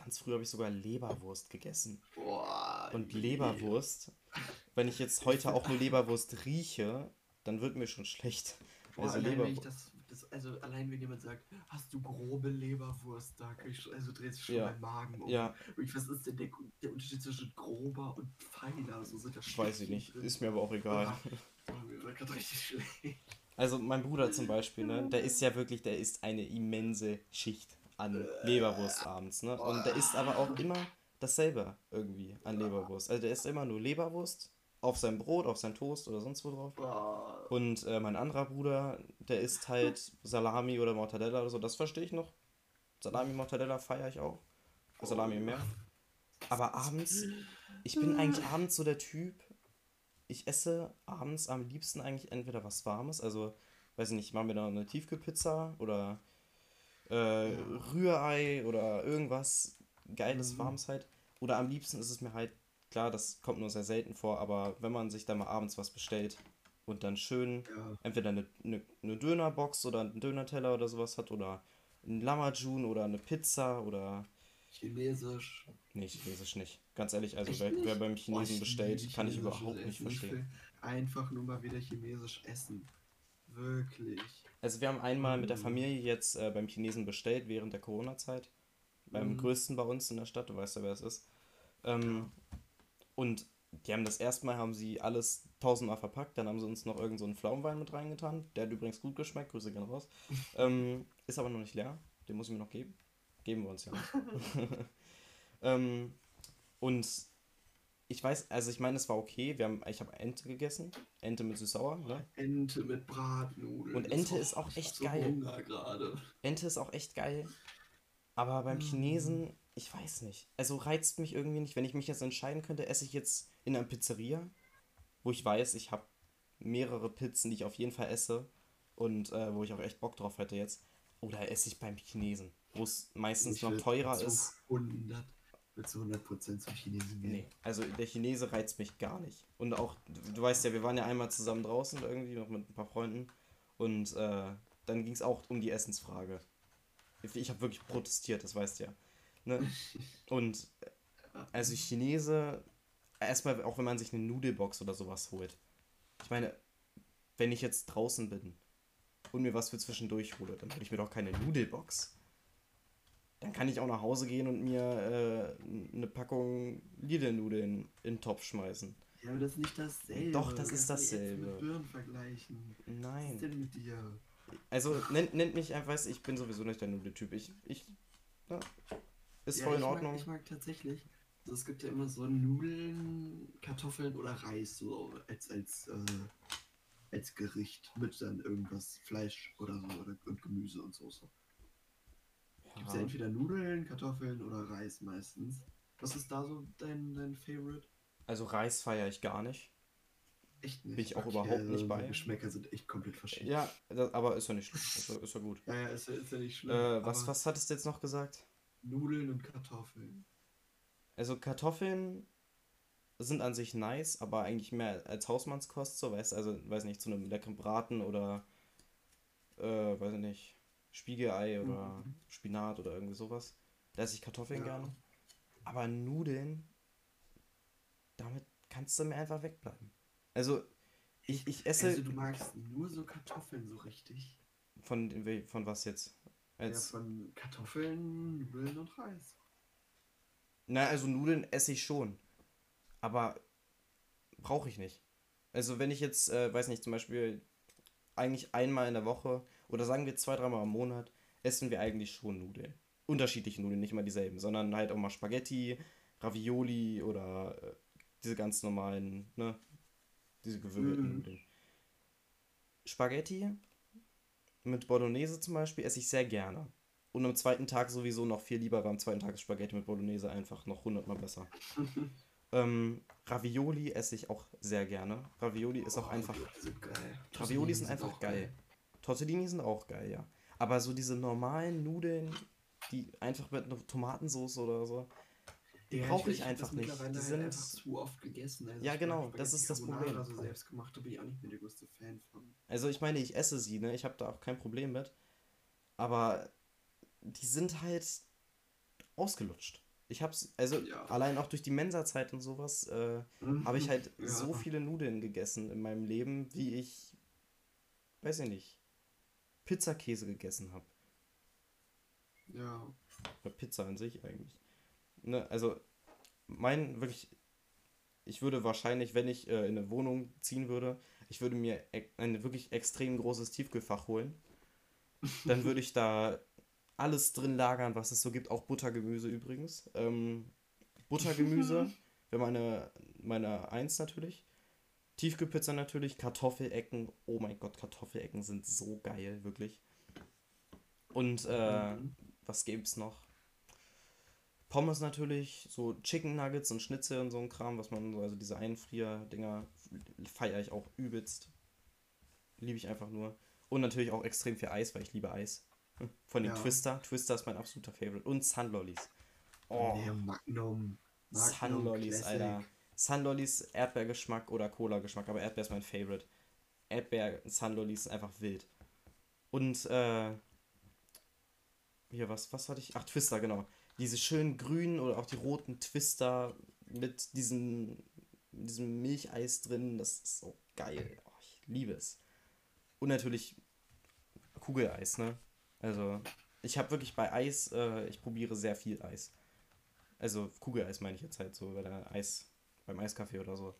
ganz früh habe ich sogar Leberwurst gegessen. Boah, Und nee. Leberwurst, wenn ich jetzt Ich heute find, auch nur Leberwurst rieche, dann wird mir schon schlecht. boah, Also allein wenn ich Leberwurst. das, das, also allein wenn jemand sagt, hast du grobe Leberwurst, da krieg ich schon, also dreht sich schon Ja, mein Magen um. ja, Und ich, was ist denn der, der Unterschied zwischen grober und feiner? So sind da weiß ich Stückchen nicht. drin. Ist mir aber auch egal. Ah, boah, mir wird gerade richtig schlecht. Also mein Bruder zum Beispiel, ne, der isst ja wirklich, der isst eine immense Schicht an Leberwurst abends, ne? Und der isst aber auch immer dasselbe irgendwie an Leberwurst. Also der isst immer nur Leberwurst auf sein Brot, auf sein Toast oder sonst wo drauf. Boah. Und äh, mein anderer Bruder, der isst halt Salami oder Mortadella oder so, das verstehe ich noch. Salami, Mortadella feiere ich auch. Salami Oh. mehr. Aber abends, ich bin eigentlich abends so der Typ, ich esse abends am liebsten eigentlich entweder was Warmes, also, weiß ich nicht, ich mache mir da eine Tiefkühlpizza oder äh, Ja. Rührei oder irgendwas Geiles, Mhm. Warmes halt. Oder am liebsten ist es mir halt, klar, das kommt nur sehr selten vor, aber wenn man sich da mal abends was bestellt und dann schön Ja. entweder eine, eine, eine Dönerbox oder einen Dönerteller oder sowas hat oder ein Lamajun oder eine Pizza oder. Chinesisch. Nee, Chinesisch nicht. Ganz ehrlich, also Echt wer, wer nicht? beim Boah, Chinesen ich liebe bestellt, kann ich chinesisches überhaupt nicht Essen. Ich verstehen. will einfach nur mal wieder chinesisch essen. Wirklich. Also wir haben einmal mit der Oh. Familie jetzt äh, beim Chinesen bestellt während der Corona-Zeit. Beim Mhm. größten bei uns in der Stadt, du weißt ja, wer es ist. Ja. Ähm, und die haben das erste Mal, haben sie alles tausendmal verpackt, dann haben sie uns noch irgend so einen Pflaumenwein mit reingetan. Der hat übrigens gut geschmeckt, Grüße gehen raus. Ähm, ist aber noch nicht leer, den muss ich mir noch geben. Geben wir uns ja nicht. ähm, und ich weiß, also ich meine, es war okay, wir haben, ich habe Ente gegessen, Ente mit süß-sauer, ne? Ente mit Bratnudeln. Und Das, Ente oh, ist auch ich hab echt so geil. Hunger gerade. Ente ist auch echt geil. Aber beim Hm. Chinesen, ich weiß nicht. Also reizt mich irgendwie nicht. Wenn ich mich jetzt entscheiden könnte, esse ich jetzt in einer Pizzeria, wo ich weiß, ich habe mehrere Pizzen, die ich auf jeden Fall esse und äh, wo ich auch echt Bock drauf hätte jetzt. Oder esse ich beim Chinesen, wo es meistens Ich noch würde teurer zu ist. hundert, würde zu hundert Prozent zum Chinesen gehen. Nee, also der Chinese reizt mich gar nicht. Und auch, du, du weißt ja, wir waren ja einmal zusammen draußen irgendwie, noch mit ein paar Freunden. Und äh, dann ging es auch um die Essensfrage. Ich habe wirklich protestiert, das weißt du ja. Ne? Und Ja. also Chinese, erstmal auch wenn man sich eine Nudelbox oder sowas holt. Ich meine, wenn ich jetzt draußen bin und mir was für zwischendurch hole, dann hole ich mir doch keine Nudelbox. Dann kann ich auch nach Hause gehen und mir äh, eine Packung Lidl-Nudeln in den Topf schmeißen. Ja, aber das ist nicht Doch, dasselbe. Du das ist kannst nicht Äpfel mit dasselbe. Birnen vergleichen. Was ist Nein. denn mit dir? Also nennt, nennt mich einfach, weiß, ich bin sowieso nicht der Nudeltyp. Ich, ich, ja, ist Ja, voll in ich mag, Ordnung. ich mag tatsächlich. Also es gibt ja immer so Nudeln, Kartoffeln oder Reis, so als, als, äh, als Gericht mit dann irgendwas, Fleisch oder so oder, und Gemüse und Soße. Gibt es ja Ja. entweder Nudeln, Kartoffeln oder Reis meistens. Was ist da so dein, dein Favorite? Also Reis feiere ich gar nicht. Echt Bin nicht. ich auch Okay, überhaupt also nicht unsere bei. Geschmäcker sind echt komplett verschieden. Ja, das, aber ist ja nicht schlimm. Ist ja, ist ja gut. Ja, ja, ist, ja- ist ja nicht Äh, schlimm, was, aber was hattest du jetzt noch gesagt? Nudeln und Kartoffeln. Also Kartoffeln sind an sich nice, aber eigentlich mehr als Hausmannskost, so weißt du, also weiß nicht, zu einem leckeren Braten oder äh, weiß ich nicht, Spiegelei oder Mhm. Spinat oder irgendwie sowas. Da esse ich Kartoffeln Ja. gerne. Aber Nudeln, damit kannst du mir einfach wegbleiben. Also ich, ich Also esse du magst nur so Kartoffeln so richtig. von, von was jetzt? Ja, Als, von Kartoffeln, Nudeln und Reis. na, also Nudeln esse ich schon, aber brauche ich nicht. Also wenn ich jetzt, äh, weiß nicht, zum Beispiel eigentlich einmal in der Woche oder sagen wir zwei, dreimal im Monat, essen wir eigentlich schon Nudeln. Unterschiedliche Nudeln, nicht mal dieselben, sondern halt auch mal Spaghetti, Ravioli oder äh, diese ganz normalen, ne, diese gewürfelten Mhm. Nudeln. Spaghetti mit Bolognese zum Beispiel esse ich sehr gerne. Und am zweiten Tag sowieso noch viel lieber, weil am zweiten Tag ist Spaghetti mit Bolognese einfach noch hundertmal besser. Ähm, Ravioli esse ich auch sehr gerne. Ravioli ist Oh, auch einfach. Ravioli sind geil. Ravioli Tortellini sind sind einfach auch geil. geil. Tortellini sind auch geil, ja. Aber so diese normalen Nudeln, die einfach mit einer Tomatensauce oder so, die Ja, ich, brauche ich ich habe das einfach nicht. Die mittlerweile halt sind. einfach zu oft gegessen. Also Ja, ich mag genau, das Spaghetti ist das Carbonara, Problem. so selbst gemacht, da bin ich auch nicht mehr der größte Fan von. Also ich meine, ich esse sie, ne? Ich habe da auch kein Problem mit. Aber die sind halt ausgelutscht. Ich hab's, also Ja. allein auch durch die Mensa-Zeit und sowas, äh, habe ich Mhm. halt so Ja. viele Nudeln gegessen in meinem Leben, wie ich, weiß ich nicht, Pizzakäse gegessen habe. Ja. Oder Pizza an sich eigentlich. Ne, also mein, wirklich, ich würde wahrscheinlich, wenn ich äh, in eine Wohnung ziehen würde, ich würde mir e ein wirklich extrem großes Tiefkühlfach holen. Dann würde ich da alles drin lagern, was es so gibt, auch Buttergemüse übrigens. Ähm, Buttergemüse wäre meine, meine Eins natürlich. Tiefkühlpizza natürlich, Kartoffelecken. Oh mein Gott, Kartoffelecken sind so geil, wirklich. Und äh, Mhm. was gibt's noch? Pommes natürlich, so Chicken Nuggets und Schnitzel und so ein Kram, was man, so- also diese Einfrier-Dinger feiere ich auch übelst. Liebe ich einfach nur. Und natürlich auch extrem viel Eis, weil ich liebe Eis. Von den Ja. Twister. Twister ist mein absoluter Favorite. Und Sunlollies. Oh, Nee, Magnum. Magnum Sunlollies, Classic. Alter. Sunlollies, Erdbeergeschmack oder Cola-Geschmack, aber Erdbeer ist mein Favorite. Erdbeer, Sunlollies ist einfach wild. Und, äh, hier, was, was hatte ich? Ach, Twister, genau. Diese schönen grünen oder auch die roten Twister mit diesem, diesem Milcheis drin, das ist so geil. Oh, ich liebe es. Und natürlich Kugeleis, ne? Also, ich habe wirklich bei Eis, äh, ich probiere sehr viel Eis. Also, Kugeleis meine ich jetzt halt so, bei der Eis, beim Eiskaffee oder so.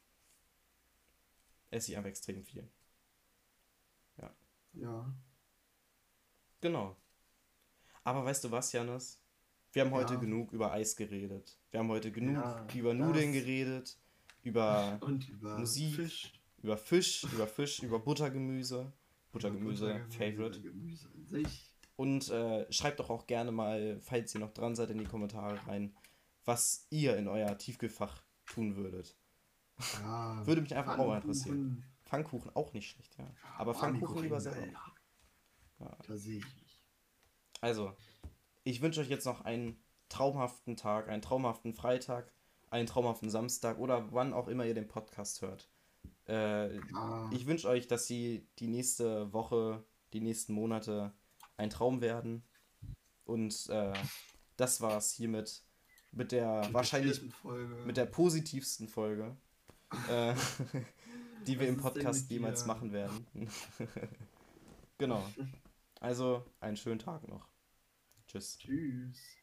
Esse ich einfach extrem viel. Ja, Ja. genau. Aber weißt du was, Janis? Wir haben heute Ja. genug über Eis geredet. Wir haben heute genug Ja. über Nudeln Das. geredet, über Und über Musik, Fisch. über Fisch, über Fisch, über Buttergemüse. Über Buttergemüse, Buttergemüse, Favorite. Gemüse an sich. Und äh, schreibt doch auch gerne mal, falls ihr noch dran seid, in die Kommentare rein, was ihr in euer Tiefkühlfach tun würdet. Ja. Würde mich einfach auch mal interessieren. Pfannkuchen. Pfannkuchen auch nicht schlecht, ja. Ja, Aber Pfannkuchen lieber Barmikuchen, selber. Alter. Ja. Da sehe ich mich. Also, ich wünsche euch jetzt noch einen traumhaften Tag, einen traumhaften Freitag, einen traumhaften Samstag oder wann auch immer ihr den Podcast hört. Äh, Ja. ich wünsche euch, dass sie die nächste Woche, die nächsten Monate ein Traum werden. Und äh, das war's hiermit mit der Mit der wahrscheinlich vierten Folge. mit der positivsten Folge, äh, die wir Was im ist denn Podcast mit jemals dir? machen werden. Genau. Also einen schönen Tag noch. Tschüss. Tschüss.